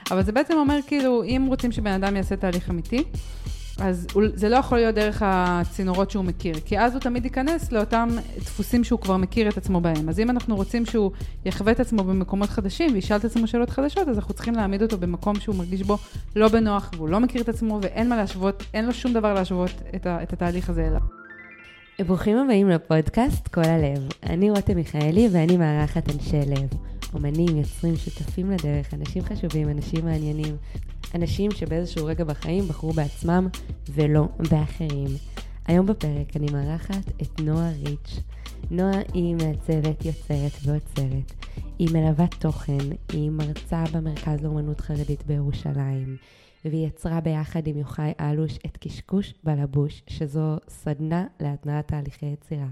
אבל זה בעצם אומר, כאילו, אם רוצים שבן אדם יעשה תהליך אמיתי, אז זה לא יכול להיות דרך הצינורות שהוא מכיר, כי אז הוא תמיד ייכנס לאותם דפוסים שהוא כבר מכיר את עצמו בהם. אז אם אנחנו רוצים שהוא יחווה את עצמו במקומות חדשים, וישאל את עצמו שאלות חדשות, אז אנחנו צריכים להעמיד אותו במקום שהוא מרגיש בו לא בנוח, והוא לא מכיר את עצמו, ואין מה להשוות, אין לו שום דבר להשוות את התהליך הזה אליו. ברוכים הבאים לפודקאסט כל הלב. אני רותם מיכאלי ואני מארחת אנשי לב. אומנים, יוצרים, שותפים לדרך, אנשים חשובים, אנשים מעניינים. אנשים שבאיזשהו רגע בחיים בחרו בעצמם ולא באחרים. היום בפרק אני מארחת את נועה ריץ'. נועה היא מעצבת, יוצרת ועוצרת. היא מלוות תוכן, היא מרצה במרכז לאומנות חרדית בירושלים. והיא יצרה ביחד עם יוחאי אלוש את קשקוש בלבוש, שזו סדנה להתנעת תהליכי יצירה.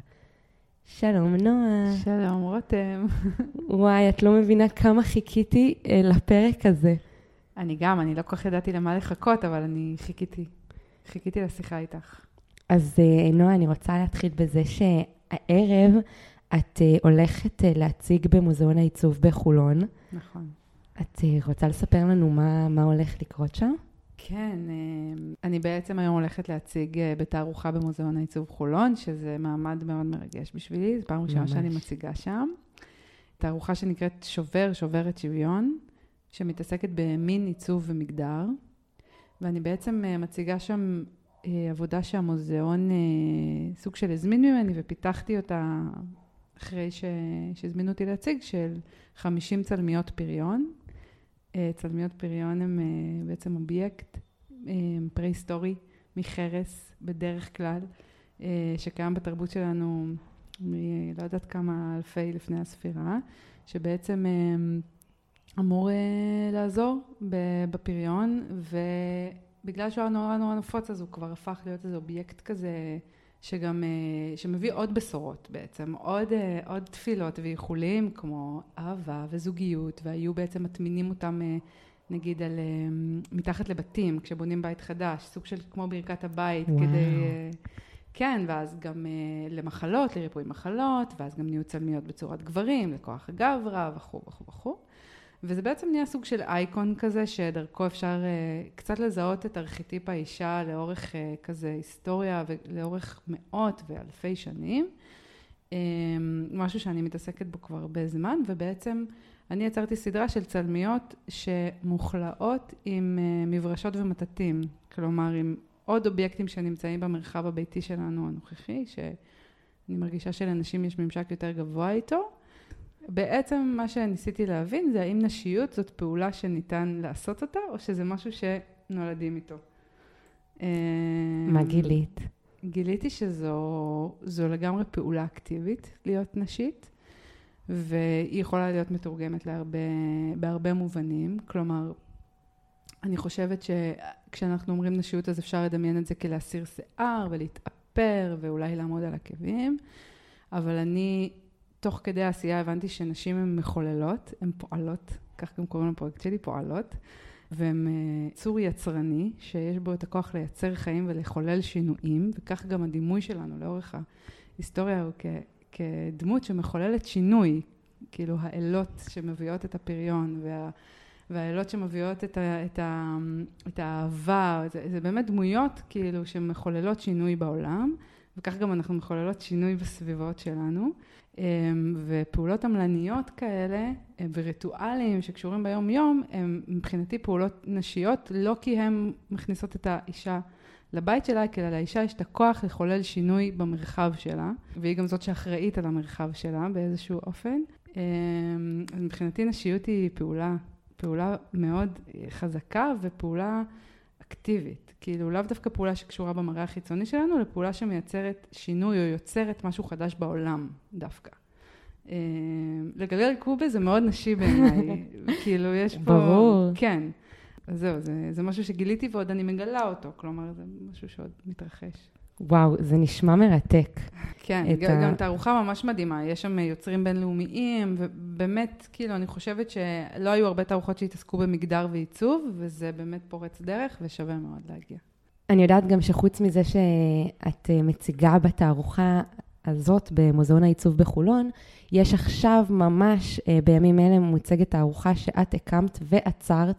שלום נועה. שלום רותם. וואי, את לא מבינה כמה חיכיתי לפרק הזה. אני לא כל כך ידעתי למה לחכות, אבל אני חיכיתי לשיחה איתך. אז נועה, אני רוצה להתחיל בזה שהערב את הולכת להציג במוזיאון העיצוב בחולון. נכון. את רוצה לספר לנו מה הולך לקרות שם? כן, אני בעצם היום הולכת להציג בתערוכה במוזיאון העיצוב חולון, שזה מעמד מאוד מרגש בשבילי, זו פעם ראשונה שאני מציגה שם. תערוכה שנקראת שוברת שוויון, שמתעסקת במין עיצוב ומגדר, ואני בעצם מציגה שם עבודה שהמוזיאון סוג של הזמין ממני, ופיתחתי אותה אחרי שהזמינו אותי להציג, של 50 צלמיות פריון. צלמיות פריון הם בעצם אובייקט פרה-היסטורי מחרס בדרך כלל, שקיים בתרבות שלנו, לא יודעת כמה אלפי לפני הספירה, שבעצם אמור לעזור בפריון, ובגלל שהוא נורא נפוץ, אז הוא כבר הפך להיות איזה אובייקט כזה, שמביא עוד בשורות בעצם, עוד תפילות וייחולים כמו אהבה וזוגיות, והיו בעצם מטמינים אותם נגיד מתחת לבתים כשבונים בית חדש, סוג של כמו ברכת הבית. וואו. כן, ואז גם למחלות, לריפוי מחלות, ואז גם נהיו צלמיות בצורת גברים, לכוח הגברה וכו'. וזה בעצם נהיה סוג של אייקון כזה, שדרכו אפשר קצת לזהות את ארכיטיפ האישה לאורך כזה היסטוריה, ולאורך מאות ואלפי שנים. משהו שאני מתעסקת בו כבר הרבה זמן, ובעצם אני יצרתי סדרה של צלמיות שמוכלאות עם מברשות ומטטים. כלומר, עם עוד אובייקטים שנמצאים במרחב הביתי שלנו הנוכחי, שאני מרגישה שלאנשים יש ממשק יותר גבוה איתו. בעצם מה שניסיתי להבין זה האם נשיות זאת פעולה שניתן לעשות אותה, או שזה משהו שנולדים איתו. מה גילית? גיליתי שזו לגמרי פעולה אקטיבית להיות נשית, והיא יכולה להיות מתורגמת בהרבה מובנים. כלומר, אני חושבת שכשאנחנו אומרים נשיות, אז אפשר לדמיין את זה כלהסיר שיער ולהתאפר ואולי לעמוד על עקבים, אבל אני תוך כדי העשייה הבנתי שנשים הן מחוללות, הן פועלות, כך גם קוראים לפרויקט שלי, פועלות, והן צור יצרני, שיש בו את הכוח לייצר חיים ולחולל שינויים, וכך גם הדימוי שלנו לאורך ההיסטוריה הוא כדמות שמחוללת שינוי, כאילו האלות שמביאות את הפריון, והאלות שמביאות את האהבה, זה באמת דמויות כאילו שמחוללות שינוי בעולם, וכך גם אנחנו מחוללות שינוי בסביבות שלנו, ופעולות עמלניות כאלה וריטואלים שקשורים ביום יום, הם מבחינתי פעולות נשיות, לא כי הן מכניסות את האישה לבית שלה, כי לאישה יש את הכוח לחולל שינוי במרחב שלה, והיא גם זאת שאחראית על המרחב שלה באיזשהו אופן. אז מבחינתי נשיות היא פעולה מאוד חזקה ופעולה אקטיבית. כאילו לאו דווקא פעולה שקשורה במראה החיצוני שלנו, לפעולה שמייצרת שינוי או יוצרת משהו חדש בעולם דווקא. לגלגל קובה זה מאוד נשי בעיניי. כאילו יש פה... ברור. כן. אז זהו, זה משהו שגיליתי ועוד אני מגלה אותו. כלומר, זה משהו שעוד מתרחש. וואו, זה נשמע מרתק. כן, גם תערוכה ממש מדהימה. יש שם יוצרים בינלאומיים, ובאמת, כאילו, אני חושבת שלא היו הרבה תערוכות שהתעסקו במגדר ועיצוב, וזה באמת פורץ דרך ושווה מאוד להגיע. אני יודעת גם שחוץ מזה שאת מציגה בתערוכה הזאת במוזיאון העיצוב בחולון, יש עכשיו ממש בימים אלה מוצגת תערוכה שאת הקמת ועצרת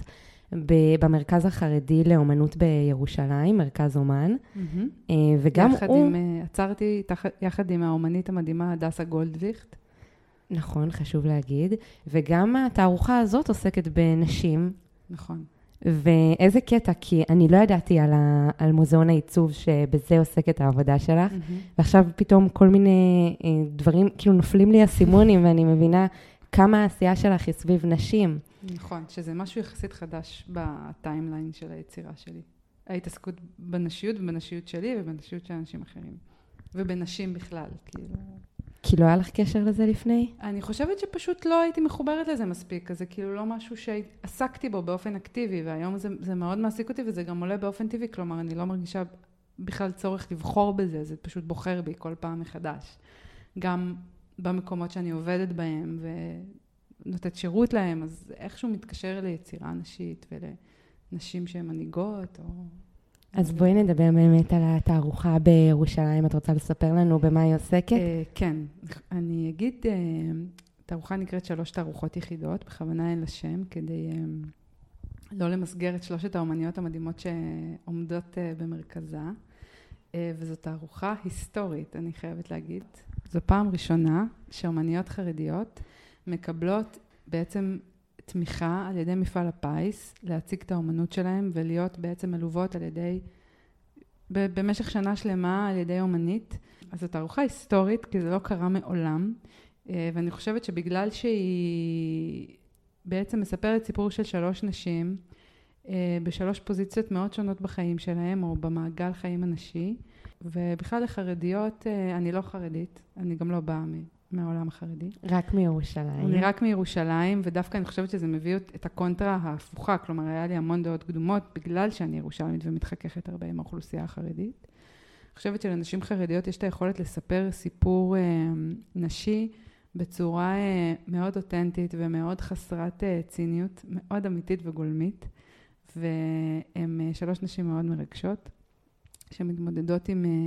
במרכז החרדי לאומנות בירושלים, מרכז אומן. וגם עצרתי יחד עם האומנית המדהימה הדסה גולדוויכט. נכון, חשוב להגיד. וגם התערוכה הזאת עוסקת בנשים. נכון. ואיזה קטע, כי אני לא ידעתי על מוזיאון העיצוב שבזה עוסקת העבודה שלך, ועכשיו פתאום כל מיני דברים, כאילו נופלים לי הסימונים, ואני מבינה כמה העשייה שלך היא סביב נשים. נכון, שזה משהו יחסית חדש בטיימליין של היצירה שלי. ההתעסקות בנשיות ובנשיות שלי ובנשיות של אנשים אחרים. ובנשים בכלל, כאילו. כי לא היה לך קשר לזה לפני? אני חושבת שפשוט לא הייתי מחוברת לזה מספיק, אז זה כאילו לא משהו שעסקתי בו באופן אקטיבי, והיום זה מאוד מעסיק אותי, וזה גם עולה באופן טבעי, כלומר, אני לא מרגישה בכלל צורך לבחור בזה, זה פשוט בוחר בי כל פעם מחדש. גם במקומות שאני עובדת בהם, ונותנת שירות להם, אז איכשהו מתקשר ליצירה נשית, ולנשים שהן מנהיגות, או... אז בואי נדבר באמת על התערוכה בירושלים. את רוצה לספר לנו במה היא עוסקת? כן, אני אגיד, תערוכה נקראת 3 תערוכות יחידות, בכוונה אין לה שם, כדי לא למסגר את 3 האומניות המדהימות שעומדות במרכזה. וזו תערוכה היסטורית, אני חייבת להגיד. זו פעם ראשונה שאומניות חרדיות מקבלות בעצם תמיכה על ידי מפעל הפיס, להציג את האומנות שלהם ולהיות בעצם מלוות על ידי, במשך שנה שלמה על ידי אומנית. אז זו תערוכה היסטורית, כי זה לא קרה מעולם, ואני חושבת שבגלל שהיא בעצם מספרת סיפור של 3 נשים, ב3 פוזיציות מאוד שונות בחיים שלהם, או במעגל חיים הנשי, ובכלל לחרדיות, אני לא חרדית, אני גם לא באה מהעולם החרדי. רק מירושלים. אני רק מירושלים, ודווקא אני חושבת שזה מביא את הקונטרה ההפוכה, כלומר, היה לי המון דעות קדומות, בגלל שאני ירושלמית ומתחככת הרבה עם האוכלוסייה החרדית. אני חושבת שלנשים חרדיות יש את היכולת לספר סיפור נשי, בצורה מאוד אותנטית ומאוד חסרת ציניות, מאוד אמיתית וגולמית, והן 3 נשים מאוד מרגשות, שמתמודדות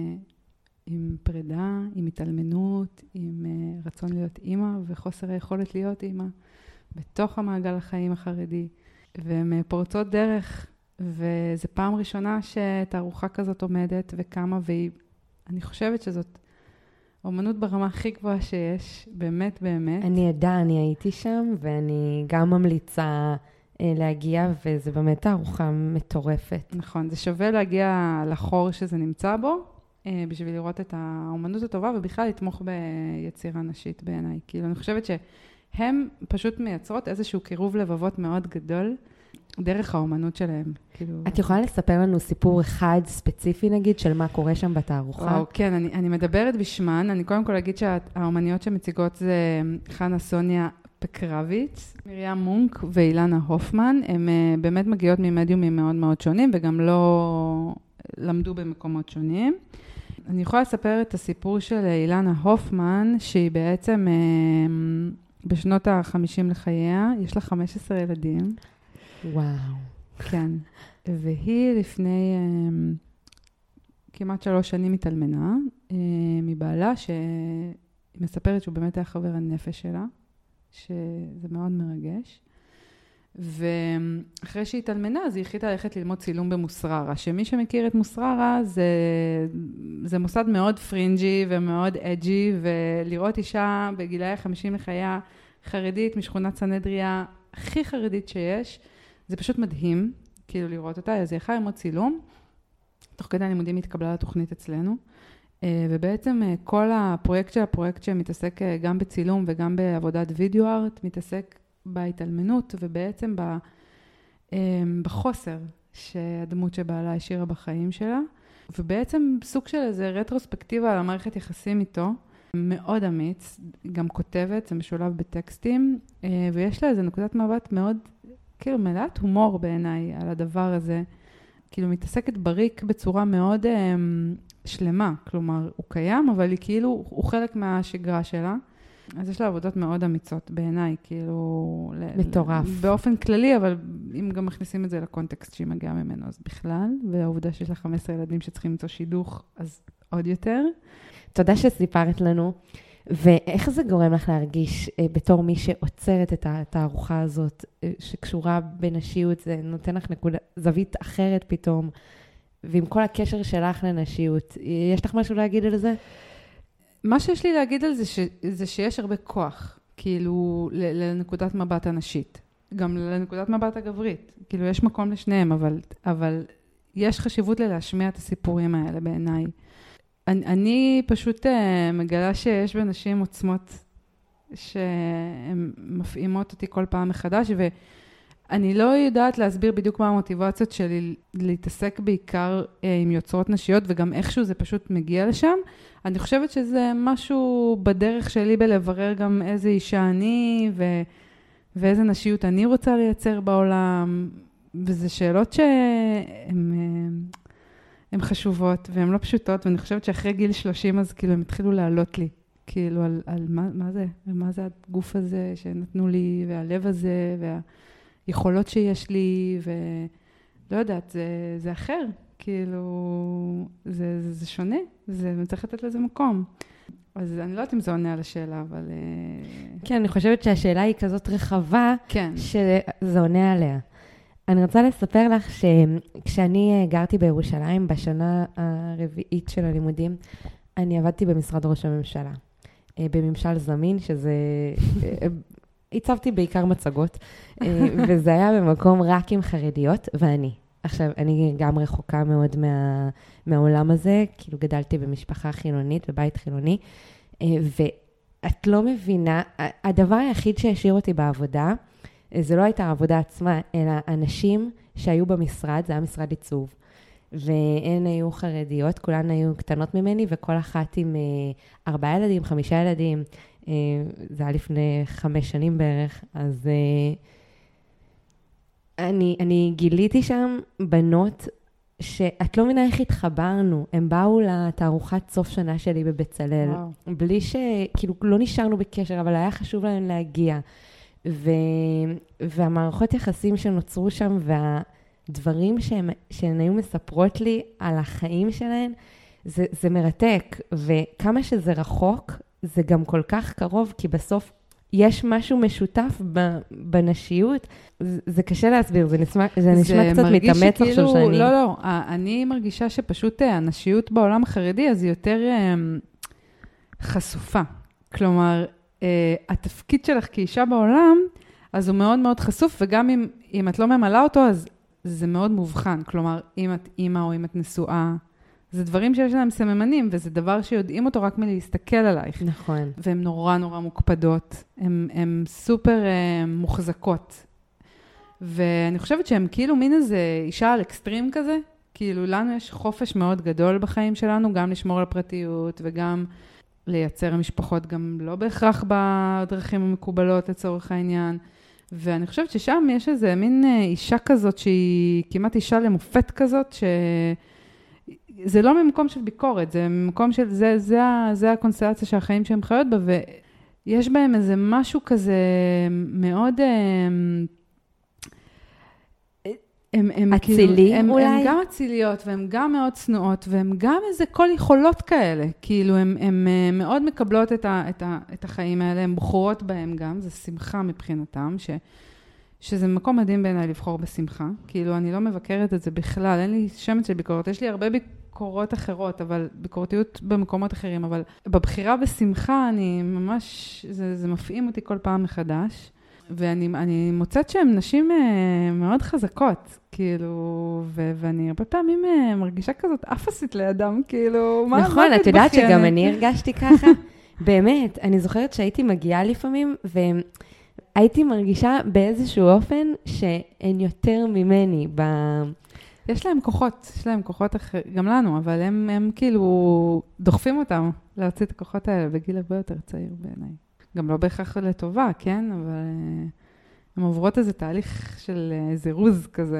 עם פרידה, עם התעלמנות, עם רצון להיות אימא וחוסר היכולת להיות אימא בתוך המעגל החיים החרדי, והן פורצות דרך, וזו פעם ראשונה שתערוכה כזאת עומדת וקמה, ואני חושבת שזאת אומנות ברמה הכי גבוהה שיש, באמת באמת. אני הייתי שם, ואני גם ממליצה להגיע, וזה באמת תערוכה מטורפת. נכון, זה שווה להגיע לחור שזה נמצא בו, בשביל לראות את האומנות הטובה, ובכלל לתמוך ביצירה נשית בעיניי. כאילו, אני חושבת שהן פשוט מייצרות איזשהו קירוב לבבות מאוד גדול, דרך האומנות שלהם. כאילו... את יכולה לספר לנו סיפור אחד ספציפי, נגיד, של מה קורה שם בתערוכה? וואו, כן, אני מדברת בשמן. אני קודם כל אגיד שהאומניות שמציגות זה חנה סוניה פקרביץ, מרים מונק ואילנה הופמן. הן באמת מגיעות ממדיומים מאוד מאוד שונים, וגם לא למדו במקומות שונים. אני יכולה לספר את הסיפור של אילנה הופמן, שהיא בעצם בשנות ה-50 לחייה, יש לה 15 ילדים. וואו. כן. והיא לפני כמעט 3 שנים התאלמנה מבעלה, שהיא מספרת שהוא באמת היה חבר הנפש שלה, שזה מאוד מרגש. ואחרי שהיא התאלמנה, אז היא החליטה ללכת ללמוד צילום במוסררה, שמי שמכיר את מוסררה זה מוסד מאוד פרינג'י ומאוד אג'י, ולראות אישה בגילאי 50 לחייה חרדית משכונת סנהדריה הכי חרדית שיש, זה פשוט מדהים, כאילו לראות אותה. אז היא יכלה ללמוד צילום, תוך כדי הלימודים התקבלה לתוכנית אצלנו, ובעצם כל הפרויקט שמתעסק גם בצילום וגם בעבודת וידאו ארט, מתעסק בהתעלמנות ובעצם בחוסר שהדמות שבעלה השאירה בחיים שלה, ובעצם סוג של איזה רטרוספקטיבה על המערכת יחסים איתו, מאוד אמיץ, גם כותבת, זה משולב בטקסטים, ויש לה איזה נקודת מבט מאוד, כאילו מלאת הומור בעיניי על הדבר הזה, כאילו מתעסקת בריק בצורה מאוד שלמה, כלומר הוא קיים, אבל היא כאילו, הוא חלק מהשגרה שלה, אז יש לה עבודות מאוד אמיצות בעיניי, כאילו... מטורף. באופן כללי, אבל אם גם מכניסים את זה לקונטקסט שהיא מגיעה ממנו, אז בכלל, והעובדה שיש לה 15 ילדים שצריכים למצוא שידוך, אז עוד יותר. תודה שסיפרת לנו. ואיך זה גורם לך להרגיש בתור מי שעוצרת את התערוכה הזאת, שקשורה בנשיות, זה נותן לך זווית אחרת פתאום, ועם כל הקשר שלך לנשיות, יש לך משהו להגיד על זה? מה שיש לי להגיד על זה, זה שיש הרבה כוח, כאילו, לנקודת מבט הנשית. גם לנקודת מבט הגברית. כאילו, יש מקום לשניהם, אבל יש חשיבות להשמיע את הסיפורים האלה בעיניי. אני פשוט מגלה שיש בנשים עוצמות שהן מפעימות אותי כל פעם מחדש, ואני לא יודעת להסביר בדיוק מה המוטיבציות שלי להתעסק בעיקר עם יוצרות נשיות, וגם איכשהו זה פשוט מגיע לשם. אני חושבת שזה משהו בדרך שלי בלברר גם איזה אישה אני, ואיזה נשיות אני רוצה לייצר בעולם, וזה שאלות שהן חשובות, והן לא פשוטות, ואני חושבת שאחרי גיל 30, אז כאילו הם התחילו לעלות לי, כאילו על מה זה, ומה זה הגוף הזה שנתנו לי, והלב הזה, והיכולות שיש לי, ולא יודעת, זה אחר, כאילו, זה שונה, צריך לתת לזה מקום. אז אני לא יודעת אם זה עונה על השאלה, אבל... כן, אני חושבת שהשאלה היא כזאת רחבה, כן. שזה עונה עליה. אני רוצה לספר לך שכשאני גרתי בירושלים בשנה הרביעית של הלימודים, אני עבדתי במשרד ראש הממשלה, בממשל זמין, שזה... הצבתי בעיקר מצגות, וזה היה במקום רק עם חרדיות, ואני. עכשיו, אני גם רחוקה מאוד מהעולם הזה, כאילו גדלתי במשפחה חילונית, בבית חילוני, ואת לא מבינה, הדבר היחיד שהשאיר אותי בעבודה, זה לא הייתה העבודה עצמה, אלא אנשים שהיו במשרד, זה היה משרד עיצוב, והן היו חרדיות, כולן היו קטנות ממני, וכל אחת עם 4 ילדים, 5 ילדים, זה היה לפני 5 שנים בערך, אז... אני גיליתי שם בנות שאת לא מבינה איך התחברנו, הם באו לתערוכת סוף שנה שלי בבצלאל, בלי שכאילו לא נשארנו בקשר, אבל היה חשוב להם להגיע, והמערכות יחסים שנוצרו שם, והדברים שהן היו מספרות לי על החיים שלהן, זה מרתק, וכמה שזה רחוק, זה גם כל כך קרוב, כי בסוף יש משהו משותף בנשיות, זה קשה להסביר, זה נשמע קצת מתאמץ עכשיו שאני... לא, אני מרגישה שפשוט הנשיות בעולם החרדי, אז היא יותר חשופה. כלומר, התפקיד שלך כאישה בעולם, אז הוא מאוד מאוד חשוף, וגם אם את לא ממלאה אותו, אז זה מאוד מובחן. כלומר, אם את אימא או אם את נשואה, זה דברים שיש להם סממנים, וזה דבר שיודעים אותו רק מלהסתכל עלייך. נכון. והן נורא נורא מוקפדות, הן סופר מוחזקות. ואני חושבת שהן כאילו מין איזה אישה על אקסטרים כזה, כאילו לנו יש חופש מאוד גדול בחיים שלנו, גם לשמור על פרטיות, וגם לייצר משפחות, גם לא בהכרח בדרכים המקובלות לצורך העניין. ואני חושבת ששם יש איזה מין אישה כזאת, שהיא כמעט אישה למופת כזאת, זה לא ממקום של ביקורת, זה ממקום של, זה הקונסטלציה שהחיים שהם חיות בה, ויש בהם איזה משהו כזה מאוד, אצילי אולי? הם גם אציליות, והם גם מאוד צנועות, והם גם איזה כל יכולות כאלה, כאילו הם מאוד מקבלות את החיים האלה, הם בוחרות בהם גם, זה שמחה מבחינתם, שזה מקום מדהים בעיניי לבחור בשמחה, כאילו אני לא מבקרת את זה בכלל, אין לי שמץ של ביקורת, יש לי הרבה ביקורות אחרות, אבל ביקורתיות במקומות אחרים, אבל בבחירה בשמחה אני ממש, זה מפעים אותי כל פעם מחדש, ואני מוצאת שהן נשים מאוד חזקות, כאילו, ואני הרבה פעמים מרגישה כזאת אפסית לידם, כאילו, מה נכון, את יודעת שגם אני הרגשתי ככה, באמת, אני זוכרת שהייתי מגיעה לפעמים, הייתי מרגישה באיזשהו אופן שהן יותר ממני. יש להם כוחות אחרים, גם לנו, אבל הם כאילו דוחפים אותם להוציא את הכוחות האלה בגיל הרבה יותר צעיר בעיניי. גם לא בהכרח לטובה, כן? אבל הן עוברות איזה תהליך של זירוז כזה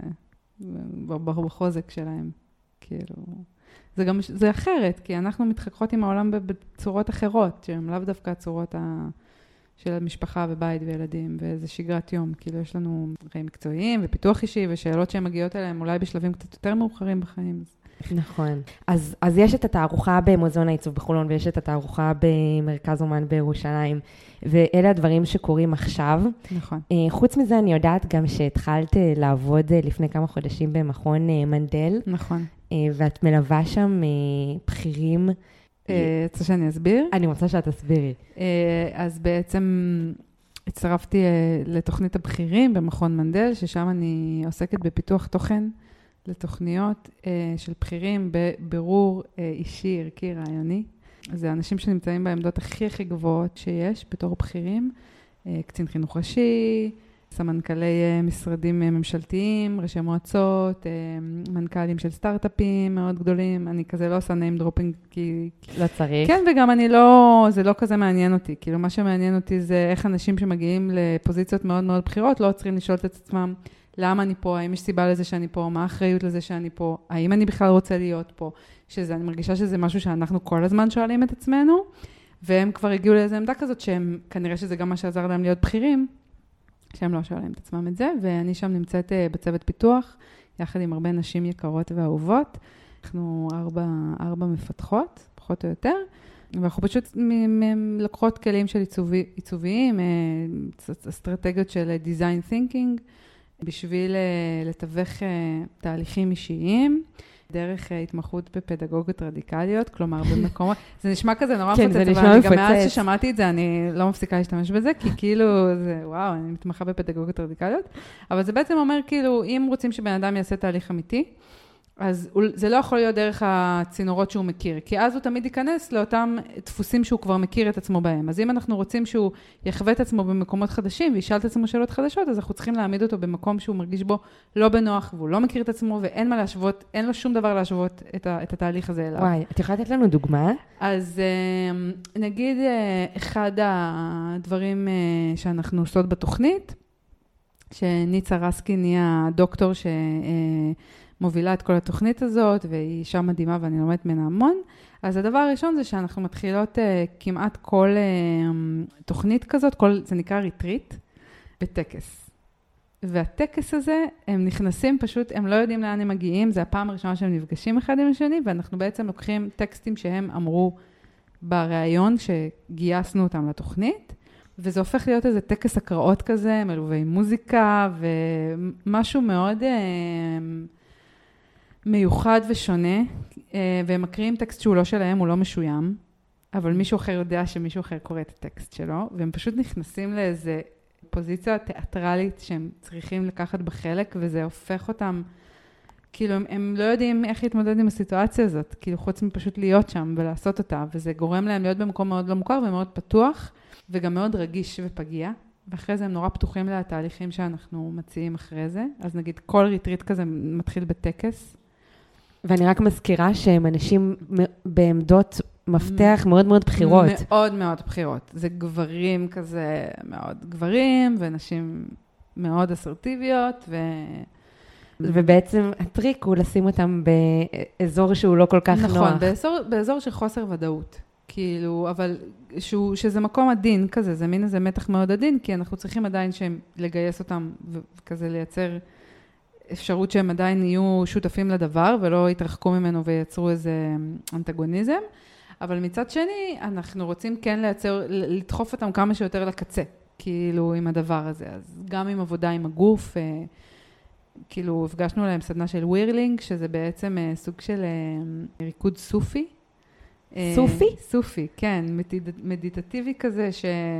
בחוזק שלהם. כאילו, זה אחרת, כי אנחנו מתחככות עם העולם בצורות אחרות, שהן לאו דווקא הצורות של המשפחה ובית וילדים, ואיזה שגרת יום. כאילו יש לנו חיים מקצועיים ופיתוח אישי, ושאלות שהן מגיעות אליהם אולי בשלבים קצת יותר מאוחרים בחיים. נכון. אז יש את התערוכה במוזיאון העיצוב בחולון, ויש את התערוכה במרכז אומן בירושלים, ואלה הדברים שקורים עכשיו. נכון. חוץ מזה, אני יודעת גם שהתחלת לעבוד לפני כמה חודשים במכון מנדל. נכון. ואת מלווה שם בכירים. רוצה שאני אסביר? אני רוצה שאת תסבירי. אז בעצם הצטרפתי לתוכנית הבכירים במכון מנדל, ששם אני עוסקת בפיתוח תוכן לתוכניות של בכירים בבירור אישי, ערכי, רעיוני. זה אנשים שנמצאים בעמדות הכי גבוהות שיש בתור בכירים, קצין חינוך ראשי, סמנכ"לי משרדים ממשלתיים, ראשי מועצות, מנכ"לים של סטארט-אפים מאוד גדולים. אני כזה לא עושה name dropping כי... לא צריך. כן, וגם זה לא כזה מעניין אותי. כאילו, מה שמעניין אותי זה איך אנשים שמגיעים לפוזיציות מאוד מאוד בכירות, לא צריכים לשאול את עצמם למה אני פה, האם יש סיבה לזה שאני פה, מה האחריות לזה שאני פה, האם אני בכלל רוצה להיות פה, אני מרגישה שזה משהו שאנחנו כל הזמן שואלים את עצמנו, והם כבר הגיעו לאיזו עמדה כזאת, שהם, כנראה שזה גם מה שעזר להם להיות בכירים, שהם לא שואלים את עצמם את זה, ואני שם נמצאת בצוות פיתוח, יחד עם הרבה נשים יקרות ואהובות. אנחנו 4 מפתחות, פחות או יותר, ואנחנו פשוט לקחות כלים של עיצוביים, אסטרטגיות של design thinking, בשביל לתווך תהליכים אישיים, דרך התמחות בפדגוגיות רדיקליות, כלומר במקומות, זה נשמע כזה נורא מפוצץ, אבל אני גם מאז ששמעתי את זה, אני לא מפסיקה להשתמש בזה, כי כאילו, וואו, אני מתמחה בפדגוגיות רדיקליות, אבל זה בעצם אומר כאילו, אם רוצים שבן אדם יעשה תהליך אמיתי, אז זה לא יכול להיות דרך הצינורות שהוא מכיר, כי אז הוא תמיד ייכנס לאותם דפוסים שהוא כבר מכיר את עצמו בהם. אז אם אנחנו רוצים שהוא יחווה את עצמו במקומות חדשים, וישאל את עצמו שאלות חדשות, אז אנחנו צריכים להעמיד אותו במקום שהוא מרגיש בו לא בנוח, והוא לא מכיר את עצמו, ואין מה להשוות, אין לו שום דבר להשוות את התהליך הזה אליו. וואי, את יכולה לתת לנו דוגמה? אז נגיד, אחד הדברים שאנחנו עושות בתוכנית, שניצה רסקין היא הדוקטור מובילה את כל התוכנית הזאת, והיא אישה מדהימה ואני לומדת ממנה המון. אז הדבר הראשון זה שאנחנו מתחילות כמעט כל תוכנית כזאת, זה נקרא ריטריט, בטקס. והטקס הזה, הם נכנסים פשוט, הם לא יודעים לאן הם מגיעים, זה הפעם הראשונה שהם נפגשים אחד עם השני, ואנחנו בעצם לוקחים טקסטים שהם אמרו בראיון, שגייסנו אותם לתוכנית, וזה הופך להיות איזה טקס הקראות כזה, מלווי מוזיקה, ומשהו מאוד מיוחד ושונה, והם מקריאים טקסט שהוא לא שלהם, הוא לא משוים, אבל מישהו אחר יודע שמישהו אחר קורא את הטקסט שלו, והם פשוט נכנסים לאיזה פוזיציה תיאטרלית שהם צריכים לקחת בחלק, וזה הופך אותם, כאילו הם לא יודעים איך להתמודד עם הסיטואציה הזאת, כאילו חוץ מפשוט להיות שם ולעשות אותה, וזה גורם להם להיות במקום מאוד לא מוכר ומאוד פתוח, וגם מאוד רגיש ופגיע, ואחרי זה הם נורא פתוחים לתהליכים שאנחנו מציעים אחרי זה, אז נגיד כל ריטריט כזה מתחיל בטקס. ואני רק מזכירה שהם אנשים בעמדות מפתח מאוד מאוד בחירות. מאוד מאוד בחירות. זה גברים כזה מאוד גברים, ונשים מאוד אסרטיביות, ובעצם הטריק הוא לשים אותם באזור שהוא לא כל כך נוח. נכון, באזור של חוסר ודאות. כאילו, אבל שזה מקום עדין כזה, זה מין איזה מתח מאוד עדין, כי אנחנו צריכים עדיין לגייס אותם וכזה לייצר אפשרות שהם עדיין יהיו שותפים לדבר, ולא יתרחקו ממנו וייצרו איזה אנטגוניזם. אבל מצד שני, אנחנו רוצים כן לדחוף אותם כמה שיותר לקצה, כאילו עם הדבר הזה. אז גם עם עבודה עם הגוף, כאילו הפגשנו להם סדנה של ווירלינג, שזה בעצם סוג של ריקוד סופי. סופי? סופי, כן, מדיטטיבי כזה,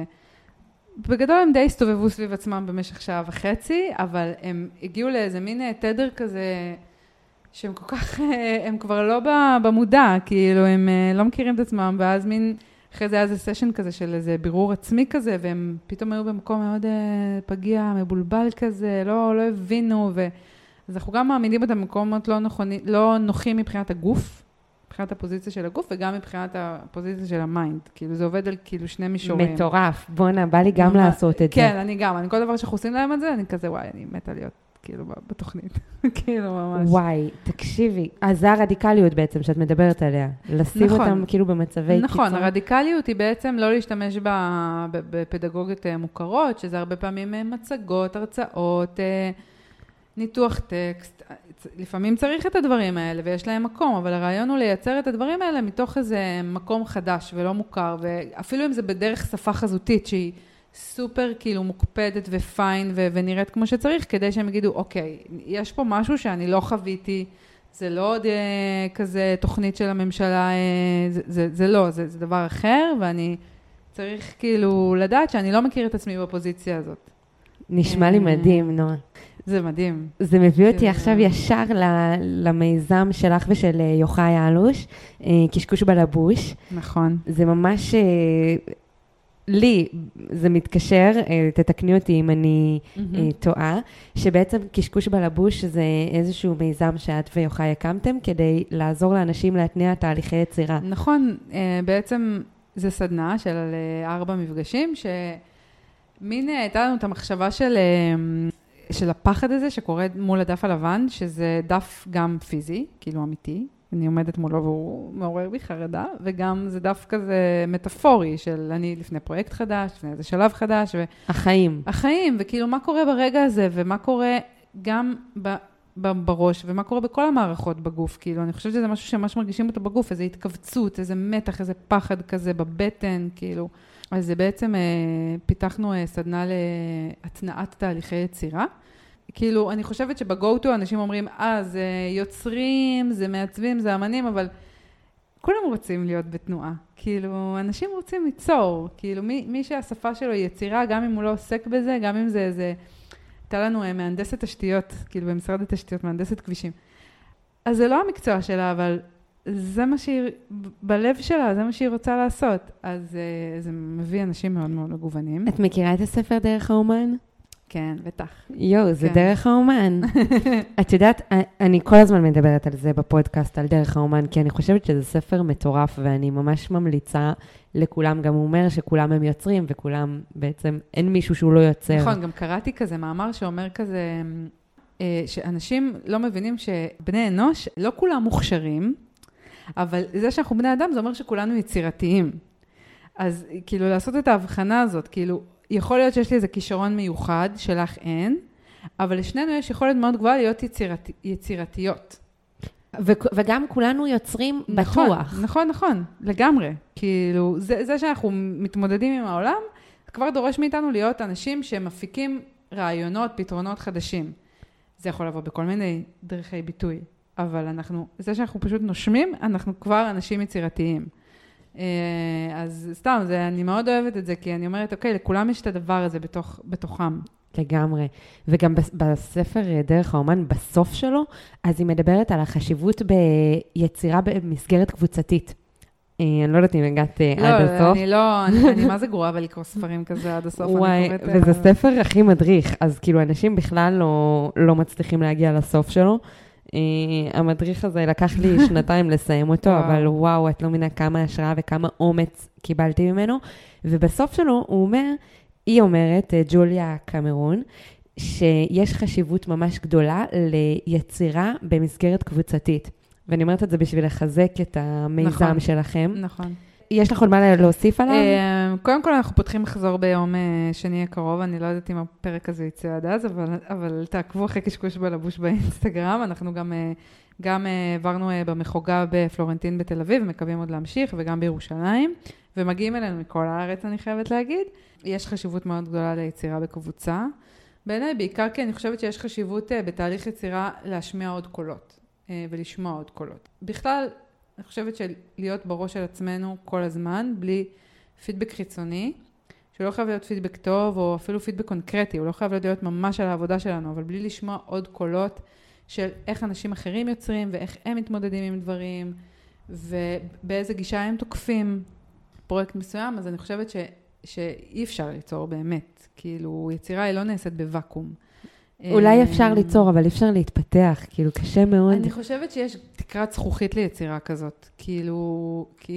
שבגדול הם די הסתובבו סביב עצמם במשך שעה וחצי, אבל הם הגיעו לאיזה מין תדר כזה, שהם כל כך, הם כבר לא במודע, כאילו הם לא מכירים את עצמם, ואז מין, אחרי זה היה איזה סשן כזה של איזה בירור עצמי כזה, והם פתאום היו במקום מאוד פגיע, מבולבל כזה, לא הבינו, אז אנחנו גם מעמידים אותם במקומות לא נוחים מבחינת הגוף, מבחינת הפוזיציה של הגוף, וגם מבחינת הפוזיציה של המיינד. כאילו, זה עובד על כאילו שני מישורים. מטורף. בוא'נה, בא לי גם לעשות את זה. כן, אני גם. אני כל דבר שאנחנו עושים להם את זה, אני כזה, וואי, אני מתה להיות כאילו בתוכנית. כאילו, ממש. וואי, תקשיבי. אז זה הרדיקליות בעצם שאת מדברת עליה. לשים אותם כאילו במצבי קיצון. נכון, הרדיקליות היא בעצם לא להשתמש בפדגוגיות מוכרות, שזה הרבה פעמים מצגות, הרצאות, ניתוח טקסט, לפעמים צריך את הדברים האלה ויש להם מקום, אבל הרעיון הוא לייצר את הדברים האלה מתוך איזה מקום חדש ולא מוכר, ואפילו אם זה בדרך שפה חזותית שהיא סופר כאילו מוקפדת ופיין ונראית כמו שצריך, כדי שהם יגידו, אוקיי, יש פה משהו שאני לא חוויתי, זה לא עוד כזה תוכנית של הממשלה, זה לא, זה דבר אחר, ואני צריך כאילו לדעת שאני לא מכיר את עצמי בפוזיציה הזאת. נשמע לי מדהים, נועה. זה מדהים. זה מביא אותי עכשיו ישר למיזם שלך ושל יוחאי אלוש, קשקוש בלבוש. נכון. זה ממש, לי, זה מתקשר, תתקני אותי אם אני טועה, שבעצם קשקוש בלבוש זה איזשהו מיזם שאת ויוחאי הקמתם, כדי לעזור לאנשים להתניע תהליכי יצירה. נכון, בעצם זה סדנה של 4 מפגשים, שמין הייתה לנו את המחשבה של הפחד הזה שקורה מול הדף הלבן, שזה דף גם פיזי, כאילו אמיתי, אני עומדת מולו והוא מעורר בי חרדה, וגם זה דף כזה מטאפורי של אני לפני פרויקט חדש, לפני איזה שלב חדש. החיים. החיים, וכאילו מה קורה ברגע הזה, ומה קורה גם בראש, ומה קורה בכל המערכות בגוף, כאילו אני חושבת שזה משהו שממש מרגישים אותו בגוף, איזו התכווצות, איזה מתח, איזה פחד כזה בבטן, כאילו. אז זה בעצם פיתחנו סדנה להתנעת תהליכי יצירה. כאילו, אני חושבת שבגו-טו אנשים אומרים, זה יוצרים, זה מעצבים, זה אמנים, אבל כולם רוצים להיות בתנועה. כאילו, אנשים רוצים ליצור. כאילו, מי שהשפה שלו היא יצירה, גם אם הוא לא עוסק בזה, גם אם זה הייתה לנו מהנדסת תשתיות, כאילו במשרד התשתיות, מהנדסת כבישים. אז זה לא המקצוע שלה, אבל זה מה שהיא, בלב שלה, זה מה שהיא רוצה לעשות. אז זה מביא אנשים מאוד מאוד מגוונים. את מכירה את הספר דרך האומן? כן, בטח. זה דרך האומן. את יודעת, אני כל הזמן מדברת על זה בפודקאסט, על דרך האומן, כי אני חושבת שזה ספר מטורף, ואני ממש ממליצה לכולם, גם הוא אומר שכולם הם יוצרים, וכולם בעצם, אין מישהו שהוא לא יוצר. נכון, גם קראתי כזה מאמר שאומר כזה, שאנשים לא מבינים שבני אנוש, לא כולם מוכשרים, אבל זה שאנחנו בני אדם, זה אומר שכולנו יצירתיים. אז כאילו לעשות את ההבחנה הזאת, כאילו, יכול להיות שיש לי איזה כישרון מיוחד, שלך אין, אבל לשנינו יש יכולת מאוד גבוהה להיות יצירתיות. וגם כולנו יוצרים בטוח. נכון, לגמרי. כאילו, זה שאנחנו מתמודדים עם העולם, כבר דורש מאיתנו להיות אנשים שמפיקים רעיונות, פתרונות חדשים. זה יכול לבוא בכל מיני דרכי ביטוי, אבל זה שאנחנו פשוט נושמים, אנחנו כבר אנשים יצירתיים. אז סתם, אני מאוד אוהבת את זה, כי אני אומרת, אוקיי, לכולם יש את הדבר הזה בתוכם. לגמרי. וגם בספר דרך האומן, בסוף שלו, אז היא מדברת על החשיבות ביצירה במסגרת קבוצתית. אני לא יודעת אם הגעת עד הסוף. אני מה זה גרועה ולקרוא ספרים כזה עד הסוף. וואי, וזה ספר הכי מדריך, אז כאילו אנשים בכלל לא מצליחים להגיע לסוף שלו. המדריך הזה לקח לי 2 לסיים אותו, אבל וואו, את לא מבינה כמה השראה וכמה אומץ קיבלתי ממנו. ובסוף שלו הוא אומר, היא אומרת, ג'וליה קמרון, שיש חשיבות ממש גדולה ליצירה במסגרת קבוצתית. ואני אומרת את זה בשביל לחזק את המיזם שלכם. נכון. יש לך עוד מה להוסיף עליו? קודם כל אנחנו פותחים מחזור ביום שני הקרוב, אני לא יודעת אם הפרק הזה יצא עד אז, אבל תעקבו אחרי קשקוש בלבוש באינסטגרם, אנחנו גם עברנו במחוגה בפלורנטין בתל אביב, מקווים עוד להמשיך, וגם בירושלים, ומגיעים אלינו מכל הארץ, אני חייבת להגיד. יש חשיבות מאוד גדולה ליצירה בקבוצה. בעיניי, בעיקר כי אני חושבת שיש חשיבות בתהליך יצירה להשמיע עוד קולות, ולשמוע עוד קולות. בכלל, אני חושבת שלהיות בראש של עצמנו כל הזמן, בלי פידבק חיצוני, שלא חייב להיות פידבק טוב, או אפילו פידבק קונקרטי, הוא לא חייב להיות ממש על העבודה שלנו, אבל בלי לשמוע עוד קולות של איך אנשים אחרים יוצרים, ואיך הם מתמודדים עם דברים, ובאיזה גישה הם תוקפים פרויקט מסוים, אז אני חושבת שאי אפשר ליצור באמת. כאילו, יצירה היא לא נעשית בוואקום. אולי אפשר ליצור, אבל אפשר להתפתח, כאילו קשה מאוד. אני חושבת שיש תקרת זכוכית ליצירה כזאת, כאילו, כי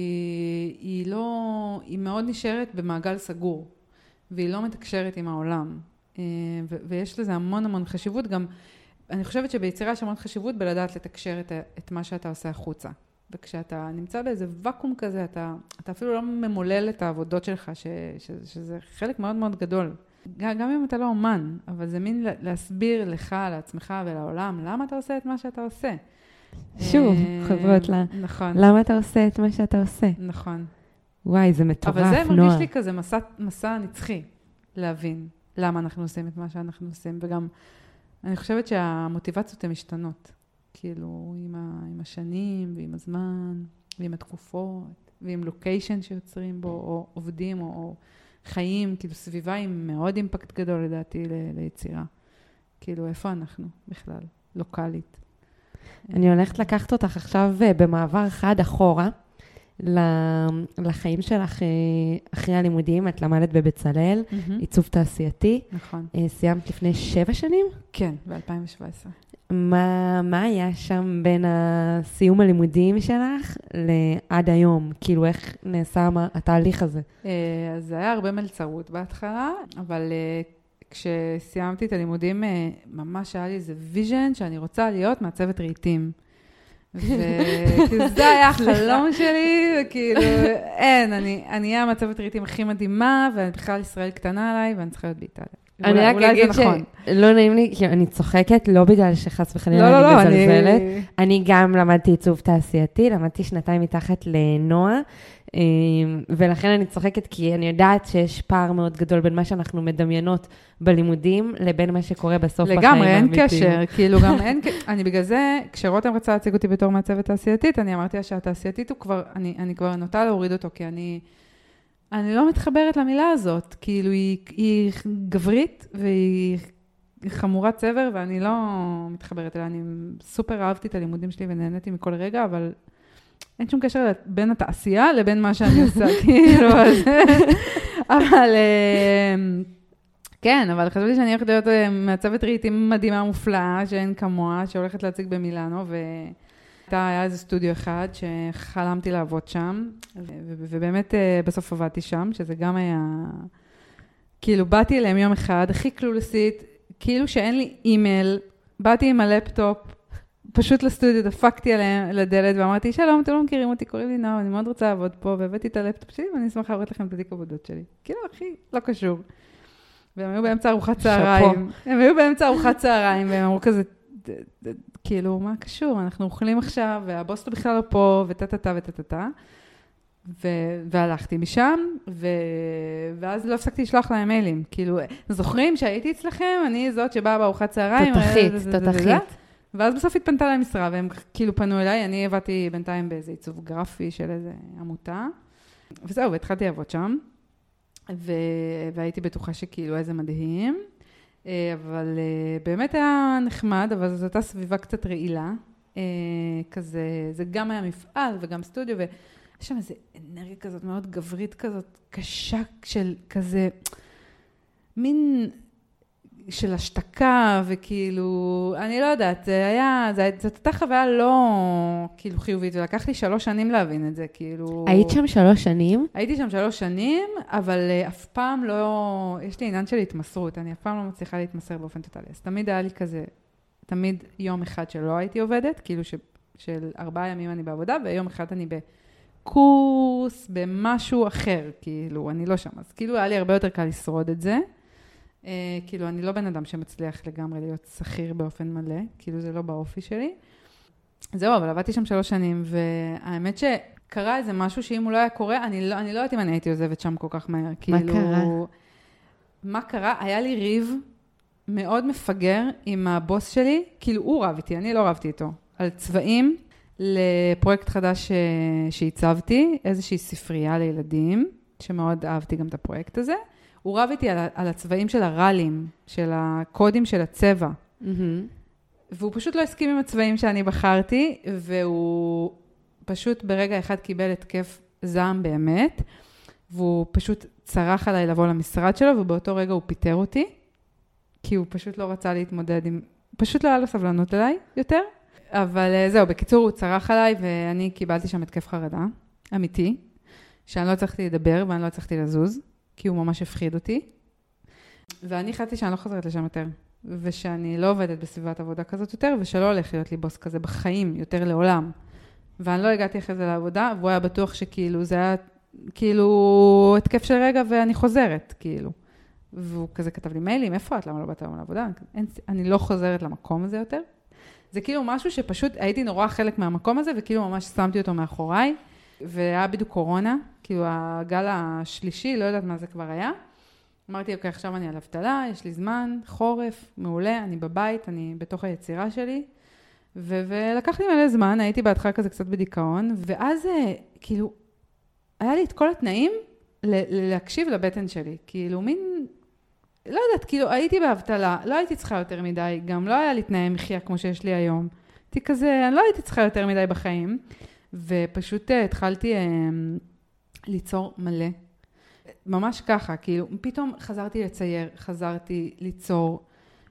היא מאוד נשארת במעגל סגור, והיא לא מתקשרת עם העולם, ויש לזה המון המון חשיבות, גם אני חושבת שביצירה יש המון חשיבות בלדעת לתקשר את מה שאתה עושה החוצה, וכשאתה נמצא באיזה וואקום כזה, אתה אפילו לא ממולל את העבודות שלך, שזה חלק מאוד מאוד גדול. גם אם אתה לא אומן, אבל זה מין להסביר לך, לעצמך ולעולם, למה אתה עושה את מה שאתה עושה. שוב, חברות לה. נכון. למה אתה עושה את מה שאתה עושה? נכון. וואי, זה מטורף, נועה. אבל זה מרגיש לי כזה מסע נצחי, להבין למה אנחנו עושים את מה שאנחנו עושים, וגם אני חושבת שהמוטיבציות הן משתנות, כאילו עם השנים ועם הזמן ועם התקופות ועם לוקיישן שיוצרים בו, או עובדים או חיים, כאילו סביבה עם מאוד אימפקט גדול לדעתי ליצירה. כאילו איפה אנחנו בכלל, לוקלית. אני הולכת לקחת אותך עכשיו במעבר חד אחורה, לחיים שלך אחרי הלימודים. את למדת בבצלאל, עיצוב תעשייתי. נכון. סיימת לפני 7 שנים? כן, ב-2017. מה היה שם בין הסיום הלימודים שלך לעד היום? כאילו, איך נעשה התהליך הזה? אז זה היה הרבה מלצרות בהתחלה, אבל כשסיימתי את הלימודים, ממש היה לי איזה ויז'ן שאני רוצה להיות מעצבת רהיטים. וכאילו זה היה החלום שלי, וכאילו אין, אני אהיה מעצבת רהיטים הכי מדהימה, ובכלל ישראל קטנה עליי, ואני צריכה להיות באיטליה. אני רק אגיד שלא נעים לי, כי אני צוחקת, לא בגלל שחס וחלילה אני מזלזלת. אני גם למדתי עיצוב תעשייתי, למדתי 2 מתחת לנועה, ולכן אני צוחקת, כי אני יודעת שיש פער מאוד גדול בין מה שאנחנו מדמיינות בלימודים, לבין מה שקורה בסוף בחיים האמיתיים. לגמרי, אין קשר, כאילו גם אין, אני בגלל זה, כשרותם רצה להציג אותי בתור מעצבת תעשייתית, אני אמרתי שהתעשייתית הוא כבר, אני כבר נוטה להוריד אותו, כי אני לא מתחברת למילה הזאת, כאילו היא גברית והיא חמורת צבר, ואני לא מתחברת אליה, אני סופר אהבתי את הלימודים שלי ונהניתי מכל רגע, אבל אין שום קשר בין התעשייה לבין מה שאני עושה, כאילו, אבל כן, אבל חשבתי שאני הולכת להיות מעצבת רהיטים מדהימה מופלאה, שאין כמוה, שהולכת להציג במילאנו, היה איזה סטודיו אחד שחלמתי לעבוד שם, ובאמת בסוף עבדתי שם, שזה גם היה, כאילו באתי אליהם יום אחד, הכי קלולסית, כאילו שאין לי אימייל, באתי עם הלפטופ, פשוט לסטודיו, דפקתי עליהם לדלת, ואמרתי, שלום, אתם לא מכירים אותי, קוראים לי נועה, אני מאוד רוצה לעבוד פה, והבאתי את הלפטופ שלי, ואני אשמח להראות לכם את התיק עבודות שלי. כאילו, הכי לא קשור. והם היו באמצע ארוחת צהריים, והם אמרו כזה, כאילו, מה קשור? אנחנו אוכלים עכשיו, והבוס לא בכלל לא פה, וטטטה. והלכתי משם, ואז לא הפסקתי לשלוח להם מיילים. כאילו, זוכרים שהייתי אצלכם, אני זאת שבאה בארוחת צהריים. תותחית. ואז בסוף התפנתה להם משרה, והם כאילו פנו אליי, אני הבאתי בינתיים באיזה עיצוב גרפי של איזה עמותה. וזהו, והתחלתי לעבוד שם, והייתי בטוחה שכאילו איזה מדהים. אבל באמת היה נחמד, אבל זאת הייתה סביבה קצת רעילה, כזה, זה גם היה מפעל וגם סטודיו, ויש שם איזו אנרגיה כזאת מאוד גברית כזאת, קשה של כזה, מין של השתקה, וכאילו, אני לא יודעת, זאת הייתה חוויה לא כאילו חיובית, ולקח לי 3 שנים להבין את זה, כאילו... היית שם 3 שנים? הייתי שם 3 שנים, אבל אף פעם לא... יש לי עניין של התמסרות, אני אף פעם לא מצליחה להתמסר באופן טוטלי. אז תמיד היה לי כזה, תמיד יום אחד שלא הייתי עובדת, כאילו של 4 ימים אני בעבודה, ויום אחד אני בקורס, במשהו אחר, כאילו, אני לא שם. אז כאילו היה לי הרבה יותר קל לשרוד את זה. כאילו, אני לא בן אדם שמצליח לגמרי להיות שכיר באופן מלא, כאילו זה לא באופי שלי. זהו, אבל עבדתי שם 3 שנים, והאמת שקרה איזה משהו שאם הוא לא היה קורה, אני לא יודעת אם אני הייתי עוזבת שם כל כך מהר. מה קרה? מה קרה? היה לי ריב מאוד מפגר עם הבוס שלי, כאילו הוא רב איתי, אני לא רבתי איתו, על צבעים לפרויקט חדש שהצבתי, איזושהי ספרייה לילדים, שמאוד אהבתי גם את הפרויקט הזה. הוא רב איתי על הצבעים של הרלים, של הקודים של הצבע. והוא פשוט לא הסכים עם הצבעים שאני בחרתי, והוא פשוט ברגע אחד קיבל התקף זעם באמת, והוא פשוט צרח עליי לבוא למשרד שלו, ובאותו רגע הוא פיטר אותי, כי הוא פשוט לא רצה להתמודד עם... פשוט לא היה לו סבלנות אליי יותר. אבל זהו, בקיצור הוא צרח עליי, ואני קיבלתי שם התקף חרדה, אמיתי, שאני לא צריכתי לדבר, ואני לא צריכתי לזוז. כי הוא ממש הפחיד אותי, ואני החלטתי שאני לא חוזרת לשם יותר, ושאני לא עובדת בסביבת עבודה כזאת יותר, ושלא הולך להיות לי בוס כזה בחיים, יותר לעולם. ואני לא הגעתי אחרי זה לעבודה, והוא היה בטוח שכאילו, זה היה כאילו התקף של רגע, ואני חוזרת, כאילו. והוא כזה כתב לי מיילים, איפה את? למה לא באת היום לעבודה? אני לא חוזרת למקום הזה יותר. זה כאילו משהו שפשוט הייתי נורא חלק מהמקום הזה, וכאילו ממש שמתי אותו מאחוריי, והיה בדיוק קורונה, כאילו הגל השלישי, לא יודעת מה זה כבר היה. אמרתי, אוקיי, עכשיו אני על אבטלה, יש לי זמן, חורף, מעולה, אני בבית, אני בתוך היצירה שלי, ולקח לי מלא זמן, הייתי בהתחלה כזה קצת בדיכאון, ואז כאילו, היה לי את כל התנאים להקשיב לבטן שלי, כאילו מין, לא יודעת, כאילו הייתי באבטלה, לא הייתי צריכה יותר מדי, גם לא היה לי תנאי מחיה כמו שיש לי היום, הייתי כזה, אני לא הייתי צריכה יותר מדי בחיים, ופשוט התחלתי ליצור מלא, ממש ככה, כאילו, פתאום חזרתי לצייר, חזרתי ליצור,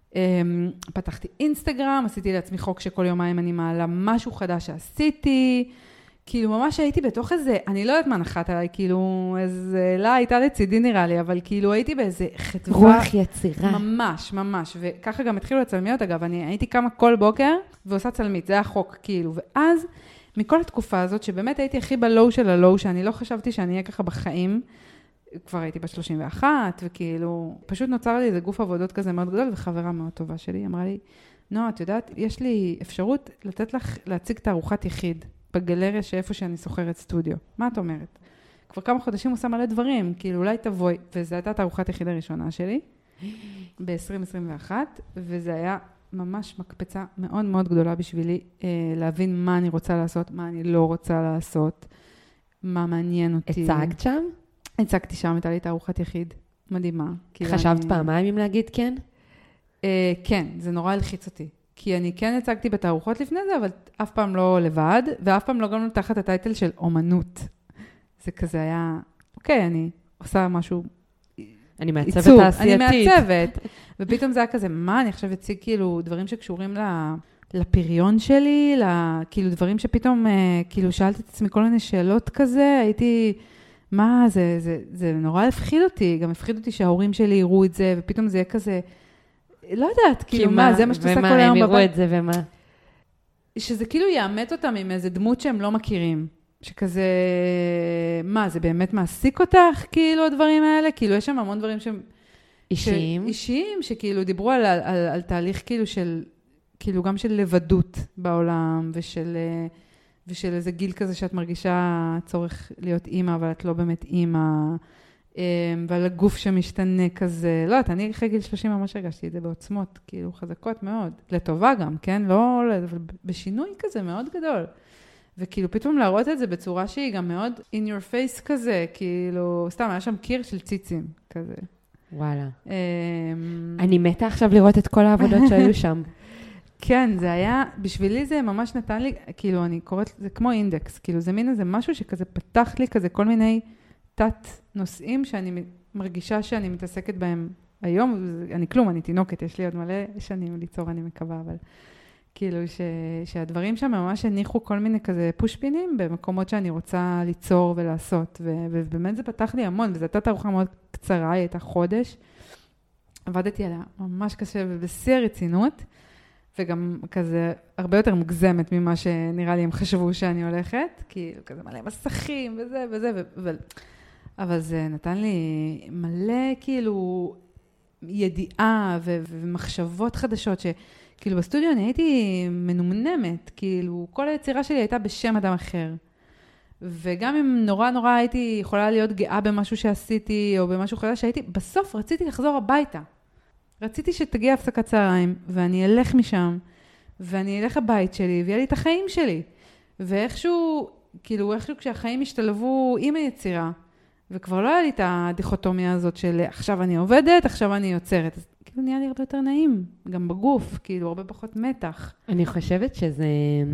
פתחתי אינסטגרם, עשיתי לעצמי חוק שכל יומיים אני מעלה משהו חדש שעשיתי, כאילו ממש הייתי בתוך איזה, אני לא יודעת מה נחת עליי, כאילו איזה, לא הייתה לצידי נראה לי, אבל כאילו הייתי באיזה חטבה. רוח יצירה. ממש, ממש, וככה גם התחילו לצלמיות, אגב, אני הייתי קמה כל בוקר ועושה צלמית, זה היה חוק, כאילו, ואז מכל התקופה הזאת, שבאמת הייתי הכי בלואו של הלואו, שאני לא חשבתי שאני אהיה ככה בחיים, כבר הייתי ב-31, וכאילו, פשוט נוצר לי איזה גוף עבודות כזה מאוד גדול, וחברה מאוד טובה שלי, אמרה לי, נועה, את יודעת, יש לי אפשרות לתת לך להציג תערוכת יחיד, בגלריה שאיפה שאני סוחרת סטודיו. מה את אומרת? כבר כמה חודשים עושה מלא דברים, כאילו אולי תבואי, וזו הייתה תערוכת יחיד הראשונה שלי, ב-2021, וזה היה ממש מקפצה מאוד מאוד גדולה בשבילי, להבין מה אני רוצה לעשות, מה אני לא רוצה לעשות, מה מעניין אותי. הצגת שם? הצגתי שם, הייתה לי תערוכת יחיד, מדהימה. חשבת פעמיים אם להגיד כן? כן, זה נורא הלחיץ אותי. כי אני כן הצגתי בתערוכות לפני זה, אבל אף פעם לא לבד, ואף פעם לא גם תחת הטייטל של אומנות. זה כזה היה, אוקיי, אני עושה משהו, אני מעצבת תעשייתית. אני מעצבת. ופתאום זה היה כזה, מה, אני עכשיו אציג כאילו דברים שקשורים לפריון שלי, כאילו דברים שפתאום, כאילו שאלתי את עצמי כל מיני שאלות כזה, הייתי, מה, זה נורא הפחיד אותי, גם הפחיד אותי שההורים שלי יראו את זה, ופתאום זה יהיה כזה, לא יודעת, כאילו מה, זה מה שאתה עושה כל היום בבית. ומה, הם יראו את זה ומה? שזה כאילו יאמת אותם עם איזה דמות שהם לא מכירים. שכזה, מה, זה באמת מעסיק אותך, כאילו, הדברים האלה? כאילו, יש שם המון דברים שהם... אישיים. אישיים, שכאילו דיברו על תהליך כאילו של, כאילו גם של לבדות בעולם, ושל איזה גיל כזה שאת מרגישה צורך להיות אימא, אבל את לא באמת אימא, ועל הגוף שמשתנה כזה, לא, אני אחרי גיל 30 ממש הרגשתי את זה בעוצמות, כאילו חזקות מאוד, לטובה גם, כן? לא, בשינוי כזה מאוד גדול. וכאילו פתאום להראות את זה בצורה שהיא גם מאוד in your face כזה, כאילו, סתם, היה שם קיר של ציצים כזה. וואלה. אני מתה עכשיו לראות את כל העבודות שהיו שם. כן, זה היה, בשבילי זה ממש נתן לי, כאילו אני קוראת, זה כמו אינדקס, כאילו זה מין איזה משהו שכזה פתח לי כזה כל מיני תת נושאים שאני מרגישה שאני מתעסקת בהם היום, אני כלום, אני תינוקת, יש לי עוד מלא שנים ליצור, אני מקווה, אבל כאילו שהדברים שם ממש הניחו כל מיני כזה פושפינים במקומות שאני רוצה ליצור ולעשות, ובאמת זה פתח לי המון, וזו הייתה תערוכה מאוד קצרה, היא הייתה חודש, עבדתי עליה ממש קשה ובשיא הרצינות, וגם כזה הרבה יותר מוגזמת ממה שנראה לי הם חשבו שאני הולכת, כאילו כזה מלא מסכים וזה וזה, אבל זה נתן לי מלא כאילו ידיעה ומחשבות חדשות שכאילו בסטודיו אני הייתי מנומנמת, כאילו כל היצירה שלי הייתה בשם אדם אחר. וגם אם נורא הייתי יכולה להיות גאה במשהו שעשיתי או במשהו חדש שהייתי, בסוף רציתי לחזור הביתה. רציתי שתגיע הפסקת צהריים ואני אלך משם ואני אלך הבית שלי ויהיה לי את החיים שלי. ואיכשהו, כאילו איכשהו כשהחיים השתלבו עם היצירה, וכבר לא היה לי את הדיכוטומיה הזאת של עכשיו אני עובדת, עכשיו אני יוצרת. אז כאילו נהיה לי הרבה יותר נעים, גם בגוף, כאילו הרבה פחות מתח. אני חושבת שזה,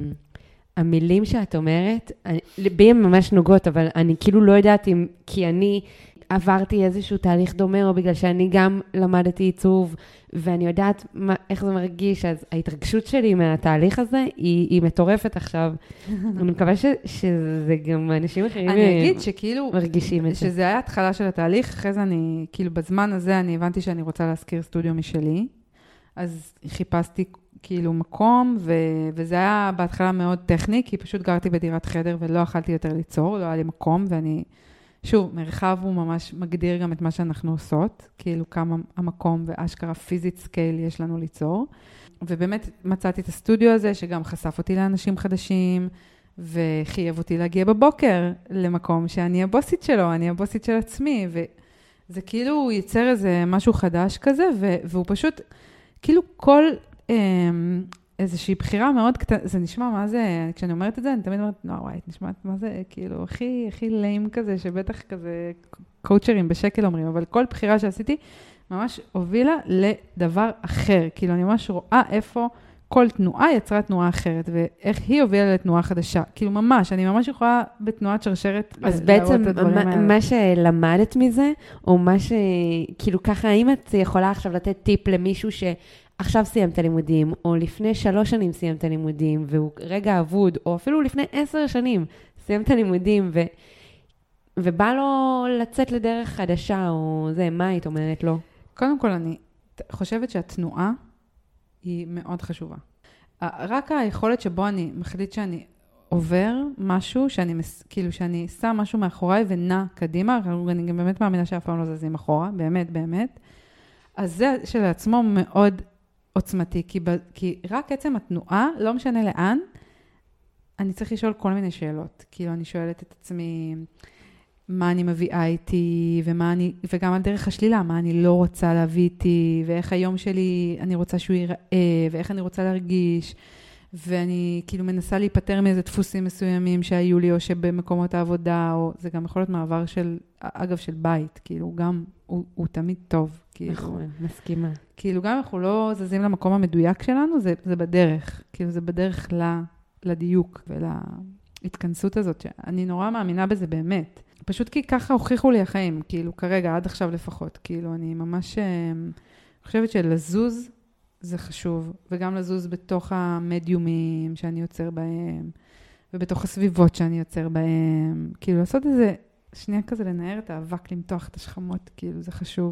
המילים שאת אומרת, בי הן ממש נוגעות, אבל אני כאילו לא יודעת אם, כי אני עברתי איזשהו תהליך דומה, או בגלל שאני גם למדתי עיצוב, ואני יודעת איך זה מרגיש, אז ההתרגשות שלי מהתהליך הזה, היא מטורפת עכשיו. אני מקווה שזה גם אנשים אחרים אני אגיד שכאילו, מרגישים את זה. שזה היה התחלה של התהליך, אחרי זה אני, כאילו בזמן הזה אני הבנתי שאני רוצה להזכיר סטודיו משלי, אז חיפשתי כאילו מקום, וזה היה בהתחלה מאוד טכני, כי פשוט גרתי בדירת חדר ולא אכלתי יותר ליצור, לא היה לי מקום, ואני שוב, מרחב הוא ממש מגדיר גם את מה שאנחנו עושות, כאילו כמה המקום ואשכרה פיזית סקייל יש לנו ליצור. ובאמת מצאתי את הסטודיו הזה, שגם חשף אותי לאנשים חדשים, וחייב אותי להגיע בבוקר למקום שאני הבוסית שלו, אני הבוסית של עצמי, וזה כאילו הוא ייצר איזה משהו חדש כזה, והוא פשוט, כאילו כל איזושהי בחירה מאוד קטנה, זה נשמע מה זה, כשאני אומרת את זה, אני תמיד אומרת, וואי, נשמע מה זה, כאילו, הכי ליים כזה, שבטח כזה קואוצ'רים בשקל אומרים, אבל כל בחירה שעשיתי, ממש הובילה לדבר אחר, כאילו אני ממש רואה איפה כל תנועה יצרה תנועה אחרת, ואיך היא הובילה לתנועה חדשה. כאילו ממש, אני ממש יכולה בתנועת שרשרת אז בעצם מה שלמדת מזה, או מה כאילו ככה, האם את יכולה עכשיו לתת טיפ למישהו שעכשיו סיים את הלימודים, או לפני 3 שנים סיים את הלימודים, והוא רגע אבוד, או אפילו לפני 10 שנים סיים את הלימודים, ובא לו לצאת לדרך חדשה, או זה, מה היית אומרת לו? קודם כל, אני חושבת שהתנועה היא מאוד חשובה. רק היכולת שבו אני מחליט שאני עובר משהו, כאילו שאני שם משהו מאחוריי ונע קדימה, אני גם באמת מאמינה שאף פעם לא זזים אחורה, באמת, באמת. אז זה שלעצמו מאוד עוצמתי, כי רק עצם התנועה, לא משנה לאן, אני צריך לשאול כל מיני שאלות. כאילו אני שואלת את עצמי, מה אני מביאה איתי, וגם על דרך השלילה, מה אני לא רוצה להביא איתי, ואיך היום שלי אני רוצה שהוא ייראה, ואיך אני רוצה להרגיש, ואני כאילו מנסה להיפטר מאיזה דפוסים מסוימים שהיו לי, או שבמקומות העבודה, או זה גם יכול להיות מעבר של, אגב, של בית, כאילו גם הוא תמיד טוב. כאילו, נכון, מסכימה. כאילו גם אנחנו לא זזים למקום המדויק שלנו, זה בדרך, כאילו זה בדרך לדיוק ולהתכנסות הזאת, שאני נורא מאמינה בזה באמת. פשוט כי ככה הוכיחו לי החיים, כאילו כרגע, עד עכשיו לפחות, כאילו אני ממש חושבת שלזוז זה חשוב, וגם לזוז בתוך המדיומים שאני יוצר בהם, ובתוך הסביבות שאני יוצר בהם, כאילו לעשות איזה שנייה כזה, לנער את האבק, למתוח את השכמות, כאילו זה חשוב.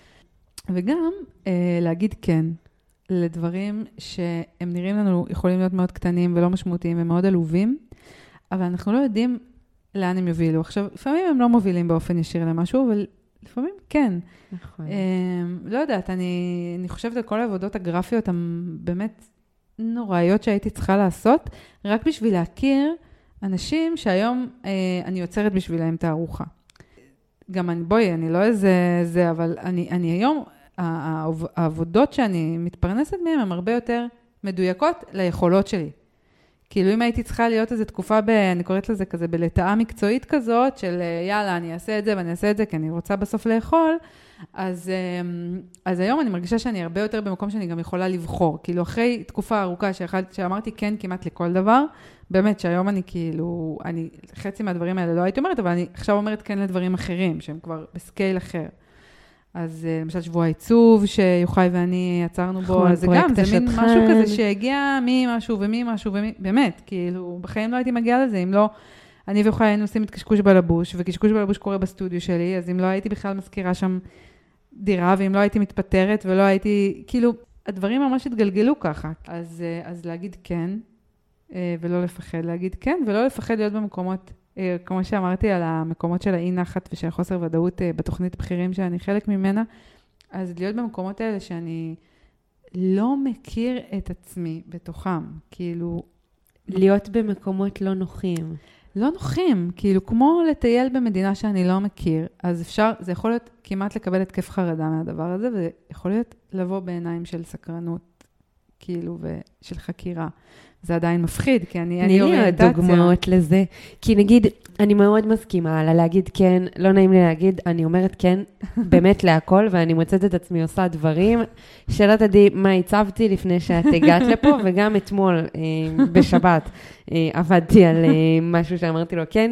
וגם להגיד כן לדברים שהם נראים לנו, יכולים להיות מאוד קטנים ולא משמעותיים ומאוד עלובים, אבל אנחנו לא יודעים לאן הם יובילו. עכשיו, לפעמים הם לא מובילים באופן ישיר למשהו, אבל לפעמים כן. נכון. לא יודעת, אני חושבת על כל העבודות הגרפיות הבאמת נוראיות שהייתי צריכה לעשות, רק בשביל להכיר אנשים שהיום אני יוצרת בשבילהם את הארוחה. גם אני לא איזה, אבל אני היום, העבודות שאני מתפרנסת מהן, הן הרבה יותר מדויקות ליכולות שלי. כאילו אם הייתי צריכה להיות איזו תקופה, אני קוראת לזה כזה, בלטאה מקצועית כזאת, של יאללה, אני אעשה את זה ואני אעשה את זה, כי אני רוצה בסוף לאכול, אז היום אני מרגישה שאני הרבה יותר במקום שאני גם יכולה לבחור. כאילו אחרי תקופה ארוכה שאמרתי כן כמעט לכל דבר, באמת שהיום אני כאילו, חצי מהדברים האלה לא הייתי אומרת, אבל אני עכשיו אומרת כן לדברים אחרים, שהם כבר בסקייל אחר. אז למשל שבוע העיצוב שיוחאי ואני עצרנו בו, אז זה גם, זה מין משהו כזה שהגיע ממשהו וממשהו, באמת, כאילו בחיים לא הייתי מגיעה לזה, אם לא, אני ויוחאי היינו עושים את קשקוש בלבוש, וקשקוש בלבוש קורה בסטודיו שלי, אז אם לא הייתי בכלל מזכירה שם דירה, ואם לא הייתי מתפטרת ולא הייתי, כאילו, הדברים ממש התגלגלו ככה. אז להגיד כן, ולא לפחד להגיד כן, ולא לפחד להיות במקומות, כמו שאמרתי על המקומות של האי נחת ושל חוסר ודאות בתוכנית בחירים שאני חלק ממנה, אז להיות במקומות האלה שאני לא מכיר את עצמי בתוכם, כאילו... להיות במקומות לא נוחים. לא נוחים, כאילו כמו לטייל במדינה שאני לא מכיר, אז אפשר, זה יכול להיות כמעט לקבל התקף חרדה מהדבר הזה, ויכול להיות לבוא בעיניים של סקרנות, כאילו, ושל חקירה. זה עדיין מפחיד, כי אני אוריינטציה. תני לי דוגמאות לזה. כי נגיד, אני מאוד מסכימה על להגיד כן, לא נעים לי להגיד, אני אומרת כן, באמת להכל, ואני מוצאת את עצמי עושה דברים, שלא תדעי מה הצבתי לפני שאת הגעת לפה, וגם אתמול, בשבת, עבדתי על משהו שאמרתי לו כן,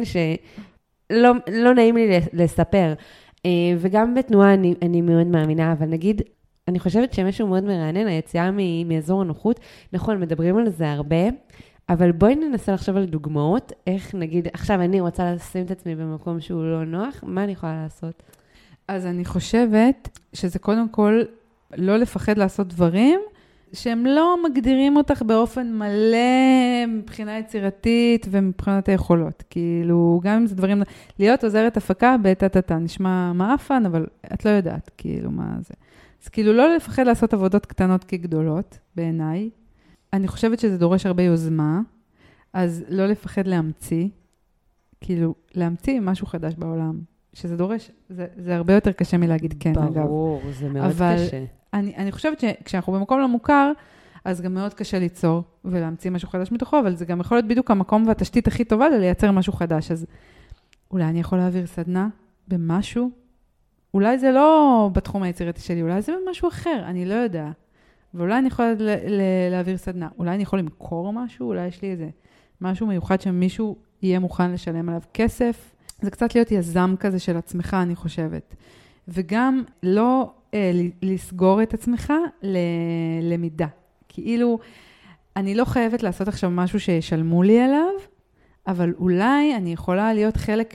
שלא נעים לי לספר. וגם בתנועה אני מאוד מאמינה, אבל נגיד, אני חושבת שמשהו מאוד מרענן, היציאה מאזור הנוחות, נכון, מדברים על זה הרבה, אבל בואי ננסה לחשוב על דוגמאות, איך נגיד, עכשיו אני רוצה לשים את עצמי במקום שהוא לא נוח, מה אני יכולה לעשות? אז אני חושבת שזה קודם כל לא לפחד לעשות דברים שהם לא מגדירים אותך באופן מלא מבחינה יצירתית ומבחינת היכולות. כאילו, גם אם זה דברים, להיות עוזרת הפקה בטטטה, נשמע מאפן, אבל את לא יודעת, כאילו, מה זה. אז כאילו, לא לפחד לעשות עבודות קטנות כגדולות, בעיניי. אני חושבת שזה דורש הרבה יוזמה, אז לא לפחד להמציא, כאילו, להמציא משהו חדש בעולם, שזה דורש, זה הרבה יותר קשה מלהגיד כן, ברור, אגב. ברור, זה מאוד אבל קשה. אני חושבת שכשאנחנו במקום לא מוכר, אז גם מאוד קשה ליצור ולהמציא משהו חדש מתוכו, אבל זה גם יכול להיות בדיוק המקום והתשתית הכי טובה לייצר משהו חדש. אז אולי אני יכול להעביר סדנה במשהו, אולי זה לא בתחום היצירתי שלי, אולי זה במשהו אחר, אני לא יודע. ואולי אני יכולה להעביר סדנה, אולי אני יכול למכור משהו, אולי יש לי איזה משהו מיוחד שמישהו יהיה מוכן לשלם עליו כסף. זה קצת להיות יזם כזה של עצמך, אני חושבת. וגם לא לסגור את עצמך ללמידה. כאילו, אני לא חייבת לעשות עכשיו משהו שישלמו לי עליו, אבל אולי אני יכולה להיות חלק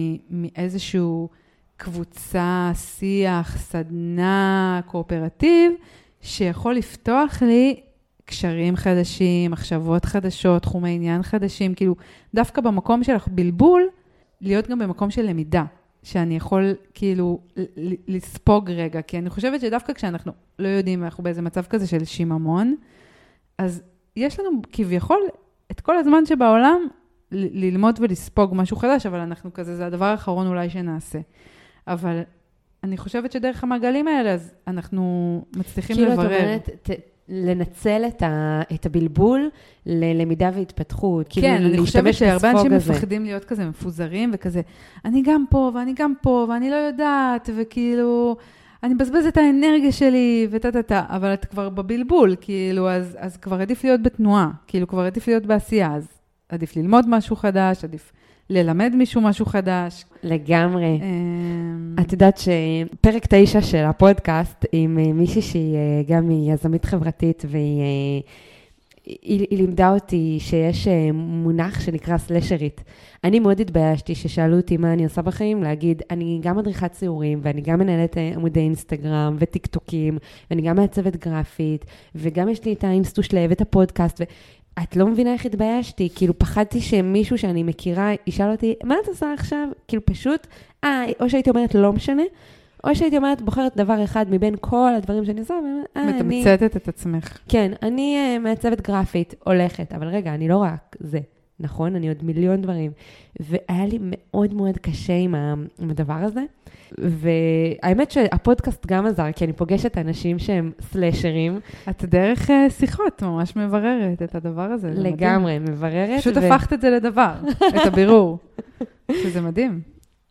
מאיזשהו קבוצה, שיח, סדנה, קואופרטיב, שיכול לפתוח לי קשרים חדשים, מחשבות חדשות, תחומי עניין חדשים, כאילו, דווקא במקום שלך בלבול, להיות גם במקום של למידה, שאני יכול כאילו לספוג רגע, כי אני חושבת שדווקא כשאנחנו לא יודעים, אנחנו באיזה מצב כזה של שיממון, אז יש לנו כביכול את כל הזמן שבעולם ללמוד ולספוג משהו חדש, אבל אנחנו כזה, זה הדבר האחרון אולי שנעשה. אבל אני חושבת שדרך המעגלים האלה, אז אנחנו מצליחים לברר. כאילו את אומרת, לנצל את הבלבול ללמידה והתפתחות. כן, אני חושבת שהרבה אנשים מפחדים להיות כזה מפוזרים, וכזה, אני גם פה, ואני גם פה, ואני לא יודעת, וכאילו, אני מבזבז את האנרגיה שלי, וטטטה, אבל את כבר בבלבול, כאילו, אז כבר עדיף להיות בתנועה, כאילו, כבר עדיף להיות בעשייה, אז עדיף ללמוד משהו חדש, עדיף ללמד מישהו משהו חדש. לגמרי. את יודעת שפרק 9 של הפודקאסט, עם מישהי שהיא גם יזמית חברתית, והיא לימדה אותי שיש מונח שנקרא סלשרית. אני מאוד התביישתי ששאלו אותי מה אני עושה בחיים, להגיד, אני גם מדריכת ציורים, ואני גם מנהלת עמודי אינסטגרם וטיקטוקים, ואני גם מעצבת גרפית, וגם יש לי את האינסטושלה ואת הפודקאסט, את לא מבינה איך התביישתי, כאילו פחדתי שמישהו שאני מכירה ישאל אותי, מה את עושה עכשיו? כאילו פשוט, או שהייתי אומרת לא משנה, או שהייתי אומרת בוחרת דבר אחד מבין כל הדברים שאני עושה, מתמצתת את עצמך. כן, אני מעצבת גרפית, הולכת, אבל רגע, אני לא רק זה, נכון? אני עוד מיליון דברים. והיה לי מאוד מאוד קשה עם הדבר הזה, והאמת שהפודקאסט גם עזר, כי אני פוגשת אנשים שהם סלשרים. את דרך שיחות ממש מבררת את הדבר הזה. לגמרי, מבררת. פשוט הפכת את זה לדבר, את הבירור. שזה מדהים.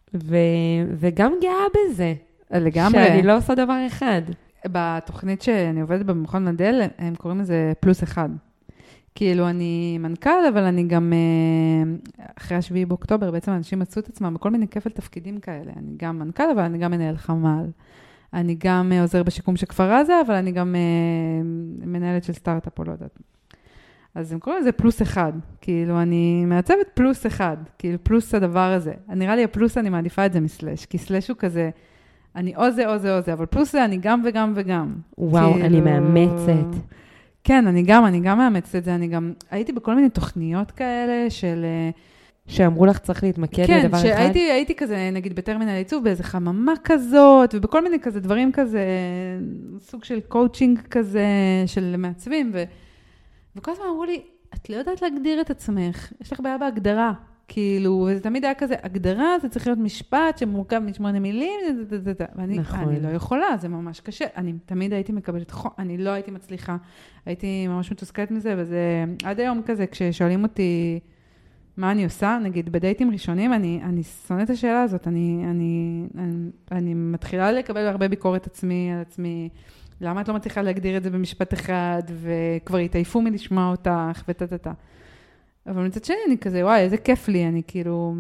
וגם גאה בזה. לגמרי. שאני לא עושה דבר אחד. בתוכנית שאני עובדת במכון מדל, הם קוראים לזה +1. כאילו אני מנכ"ל, אבל אני גם, אחרי 7 באוקטובר, בעצם אנשים מצאו את עצמם בכל מיני כפל תפקידים כאלה. אני גם מנכ"ל, אבל אני גם מנהל חמ"ל. אני גם עוזר בשיקום של כפר עזה, אבל אני גם מנהלת של סטארט-אפ או לא יודעת. אז הם קוראים לזה +1. כאילו אני מעצבת +1, כאילו פלוס הדבר הזה. נראה לי הפלוס אני מעדיפה את זה מסלש, כי סלש הוא כזה, אני או זה או זה או זה, אבל פלוס זה אני גם וגם וגם. וואו, כאילו... אני מאמצת. כן, אני גם מאמצת את זה, אני גם הייתי בכל מיני תוכניות כאלה של... שאמרו לך צריך להתמקד לדבר אחד? כן, שהייתי כזה, נגיד בטרמינל עיצוב, באיזה חממה כזאת, ובכל מיני כזה דברים כזה, סוג של קואוצ'ינג כזה, של מעצבים, וכל הזמן אמרו לי, את לא יודעת להגדיר את עצמך, יש לך בעיה בהגדרה, כאילו, וזה תמיד היה כזה, הגדרה זה צריך להיות משפט שמורכב מ8 מילים, ואני לא יכולה, זה ממש קשה, אני תמיד הייתי מקבלת חום, אני לא הייתי מצליחה, הייתי ממש מתוסכלת מזה, וזה עד היום כזה, כששואלים אותי מה אני עושה, נגיד בדייטים ראשונים, אני שונאת את השאלה הזאת, אני מתחילה לקבל הרבה ביקורת עצמי על עצמי, למה את לא מצליחה להגדיר את זה במשפט אחד, וכבר התעייפו מלשמוע אותך, וטטטה. אבל מצד שני, אני כזה, וואי, איזה כיף לי, אני כאילו,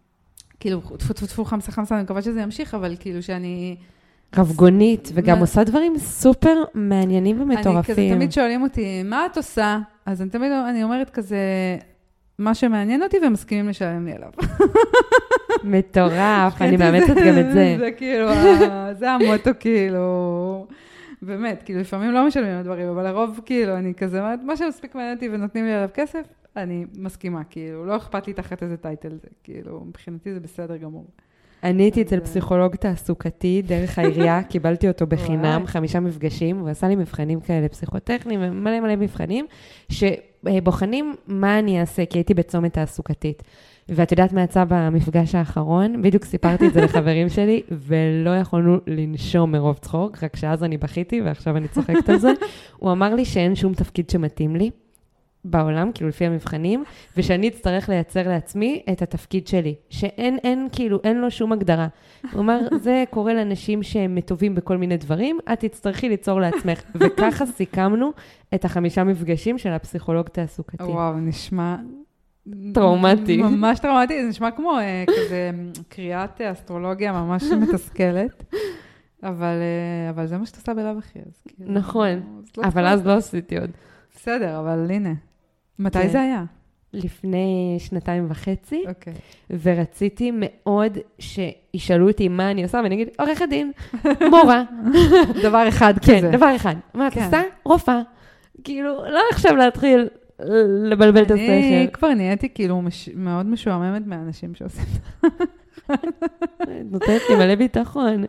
תפו, חמסה, אני מקווה שזה ימשיך, אבל כאילו שאני... רבגונית, וגם עושה דברים סופר מעניינים ומטורפים. אני כזה, תמיד שואלים אותי, מה את עושה? אז אני אומרת כזה, מה שמעניין אותי, ומסכימים לשלם לי עליו. מטורף, אני מאמצת גם את זה. זה כאילו, זה המוטו כאילו... באמת, כאילו, לפעמים לא משלמים על דברים, אבל לרוב, כאילו, אני כזה, מה שמספיק מעניין אותי ונותנים לי עליו כסף, אני מסכימה, כאילו, לא אכפת לי תחת איזה טייטל זה, כאילו, מבחינתי זה בסדר גמור. אני הייתי אצל פסיכולוג תעסוקתי, דרך העירייה, קיבלתי אותו בחינם, 5 מפגשים, הוא עשה לי מבחנים כאלה פסיכוטכניים, ומלא מלא מבחנים, שבוחנים מה אני אעשה, כי הייתי בצומת תעסוקתית. ואת יודעת מה יצא במפגש האחרון? בדיוק סיפרתי את זה לחברים שלי, ולא יכולנו לנשום מרוב צחוק, רק שאז אני בכיתי, ועכשיו אני צוחקת על זה. הוא אמר לי שאין שום תפקיד שמתאים לי בעולם, כאילו לפי המבחנים, ושאני אצטרך לייצר לעצמי את התפקיד שלי, שאין כאילו, אין לו שום הגדרה. הוא אמר, זה קורה לאנשים שהם מטובים בכל מיני דברים, את תצטרכי ליצור לעצמך. וככה סיכמנו את 5 מפגשים של הפסיכולוג תעסוקתי. וואו, נשמע טראומטי. ממש טראומטי, זה נשמע כמו כזה קריאת אסטרולוגיה ממש מתסכלת, אבל זה מה שאתה עושה בלב אחי. נכון, אבל אז לא עשיתי עוד. בסדר, אבל הנה. מתי זה היה? לפני 2.5, אוקיי. ורציתי מאוד שישאלו אותי מה אני עושה, ואני אגיד, עורכת דין, מורה. דבר אחד כזה. כן, דבר אחד. מה את עושה? רופאה. כאילו, לא עכשיו להתחיל לבלבל את השכל. אני כבר נהייתי כאילו מאוד משועממת מהאנשים שעושים את זה. נותנת לי מלא ביטחון.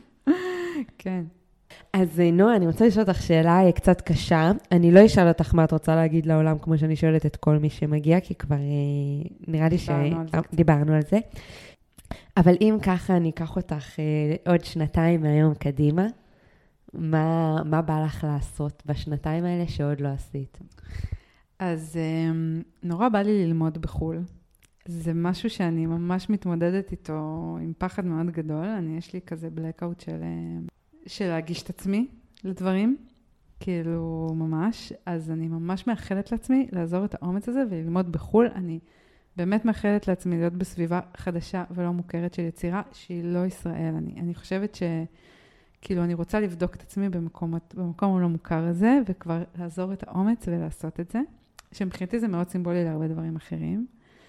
כן. אז נועה, אני רוצה לשאול אותך שאלה קצת קשה. אני לא אשאל אותך מה את רוצה להגיד לעולם, כמו שאני שואלת את כל מי שמגיע, כי כבר נראה לי שדיברנו על זה. אבל אם ככה, אני אקח אותך עוד 2 מהיום קדימה. מה בא לך לעשות בשנתיים האלה שעוד לא עשית? אז נורא בא לי ללמוד בחול. זה משהו שאני ממש מתמודדת איתו עם פחד מאוד גדול. יש לי כזה בלקאוט של להגיש את עצמי לדברים, כאילו ממש. אז אני ממש מאחלת לעצמי לעזור את האומץ הזה וללמוד בחול. אני באמת מאחלת לעצמי להיות בסביבה חדשה ולא מוכרת של יצירה שהיא לא ישראל. אני חושבת כאילו אני רוצה לבדוק את עצמי במקום הלא מוכר הזה, וכבר לעזור את האומץ ולעשות את זה. שמבחינתי זה מאוד סימבולי להרבה דברים אחרים.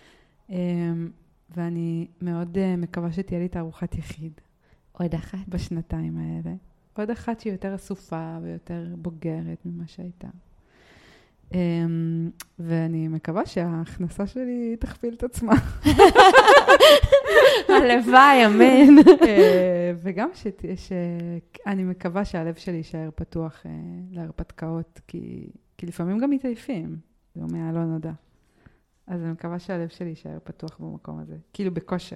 ואני מאוד מקווה שתהיה לי תערוכת יחיד. עוד אחת. בשנתיים האלה. עוד אחת שהיא יותר אסופה ויותר בוגרת ממה שהייתה. ואני מקווה שההכנסה שלי תכפיל את עצמה. הלוואי, אמן. וגם שאני מקווה שהלב שלי יישאר פתוח להרפתקאות, כי לפעמים גם מתעייפים, זה אומר לא נודע. אז אני מקווה שהלב שלי יישאר פתוח במקום הזה, כאילו בכושר.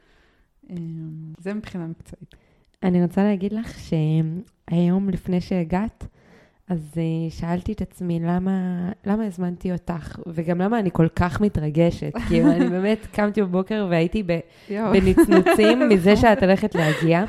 זה מבחינה מקצועית. אני רוצה להגיד לך שהיום לפני שהגעת, אז שאלתי את עצמי למה הזמנתי אותך, וגם למה אני כל כך מתרגשת, כי אני באמת קמתי בבוקר והייתי בנצנוצים מזה שאת הולכת להגיע,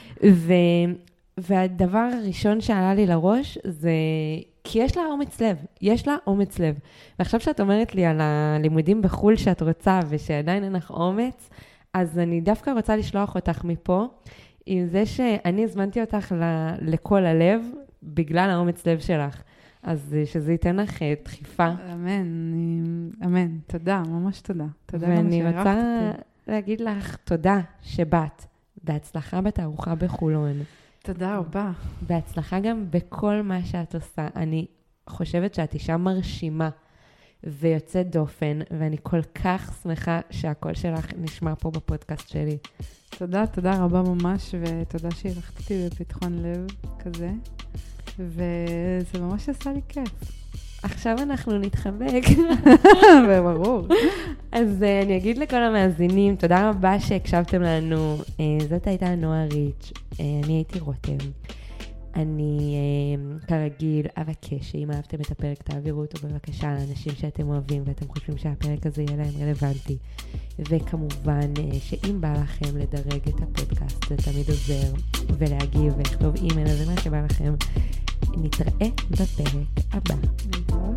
והדבר הראשון שעלה לי לראש זה, כי יש לה אומץ לב, ועכשיו שאת אומרת לי על הלימודים בחול שאת רוצה, ושעדיין אין לך אומץ, אז אני דווקא רוצה לשלוח אותך מפה, עם זה שאני הזמנתי אותך לכל הלב, בגלל האומץ לב שלך. אז שזה ייתן לך דחיפה. אמן. תודה, ממש תודה. ואני רוצה להגיד לך תודה שבאת. בהצלחה בתערוכה בחולון. תודה רבה. בהצלחה גם בכל מה שאת עושה. אני חושבת שאת אישה מרשימה ויוצאת דופן, ואני כל כך שמחה שהקול שלך נשמע פה בפודקאסט שלי. תודה רבה ממש, ותודה שהירחת אותי בפתחון לב כזה. וזה ממש עשה לי כיף. עכשיו אנחנו נתחבק. ברור. אז אני אגיד לכל המאזינים, תודה רבה שהקשבתם לנו. זאת הייתה נועה ריץ', אני הייתי רותם. אני כרגיל אבקש שאם אהבתם את הפרק תעבירו אותו בבקשה לאנשים שאתם אוהבים ואתם חושבים שהפרק הזה יהיה להם רלוונטי. וכמובן שאם בא לכם לדרג את הפודקאסט זה תמיד עוזר, ולהגיב ולכתוב אימייל, זה מה שבא לכם. נתראה בפרק הבא.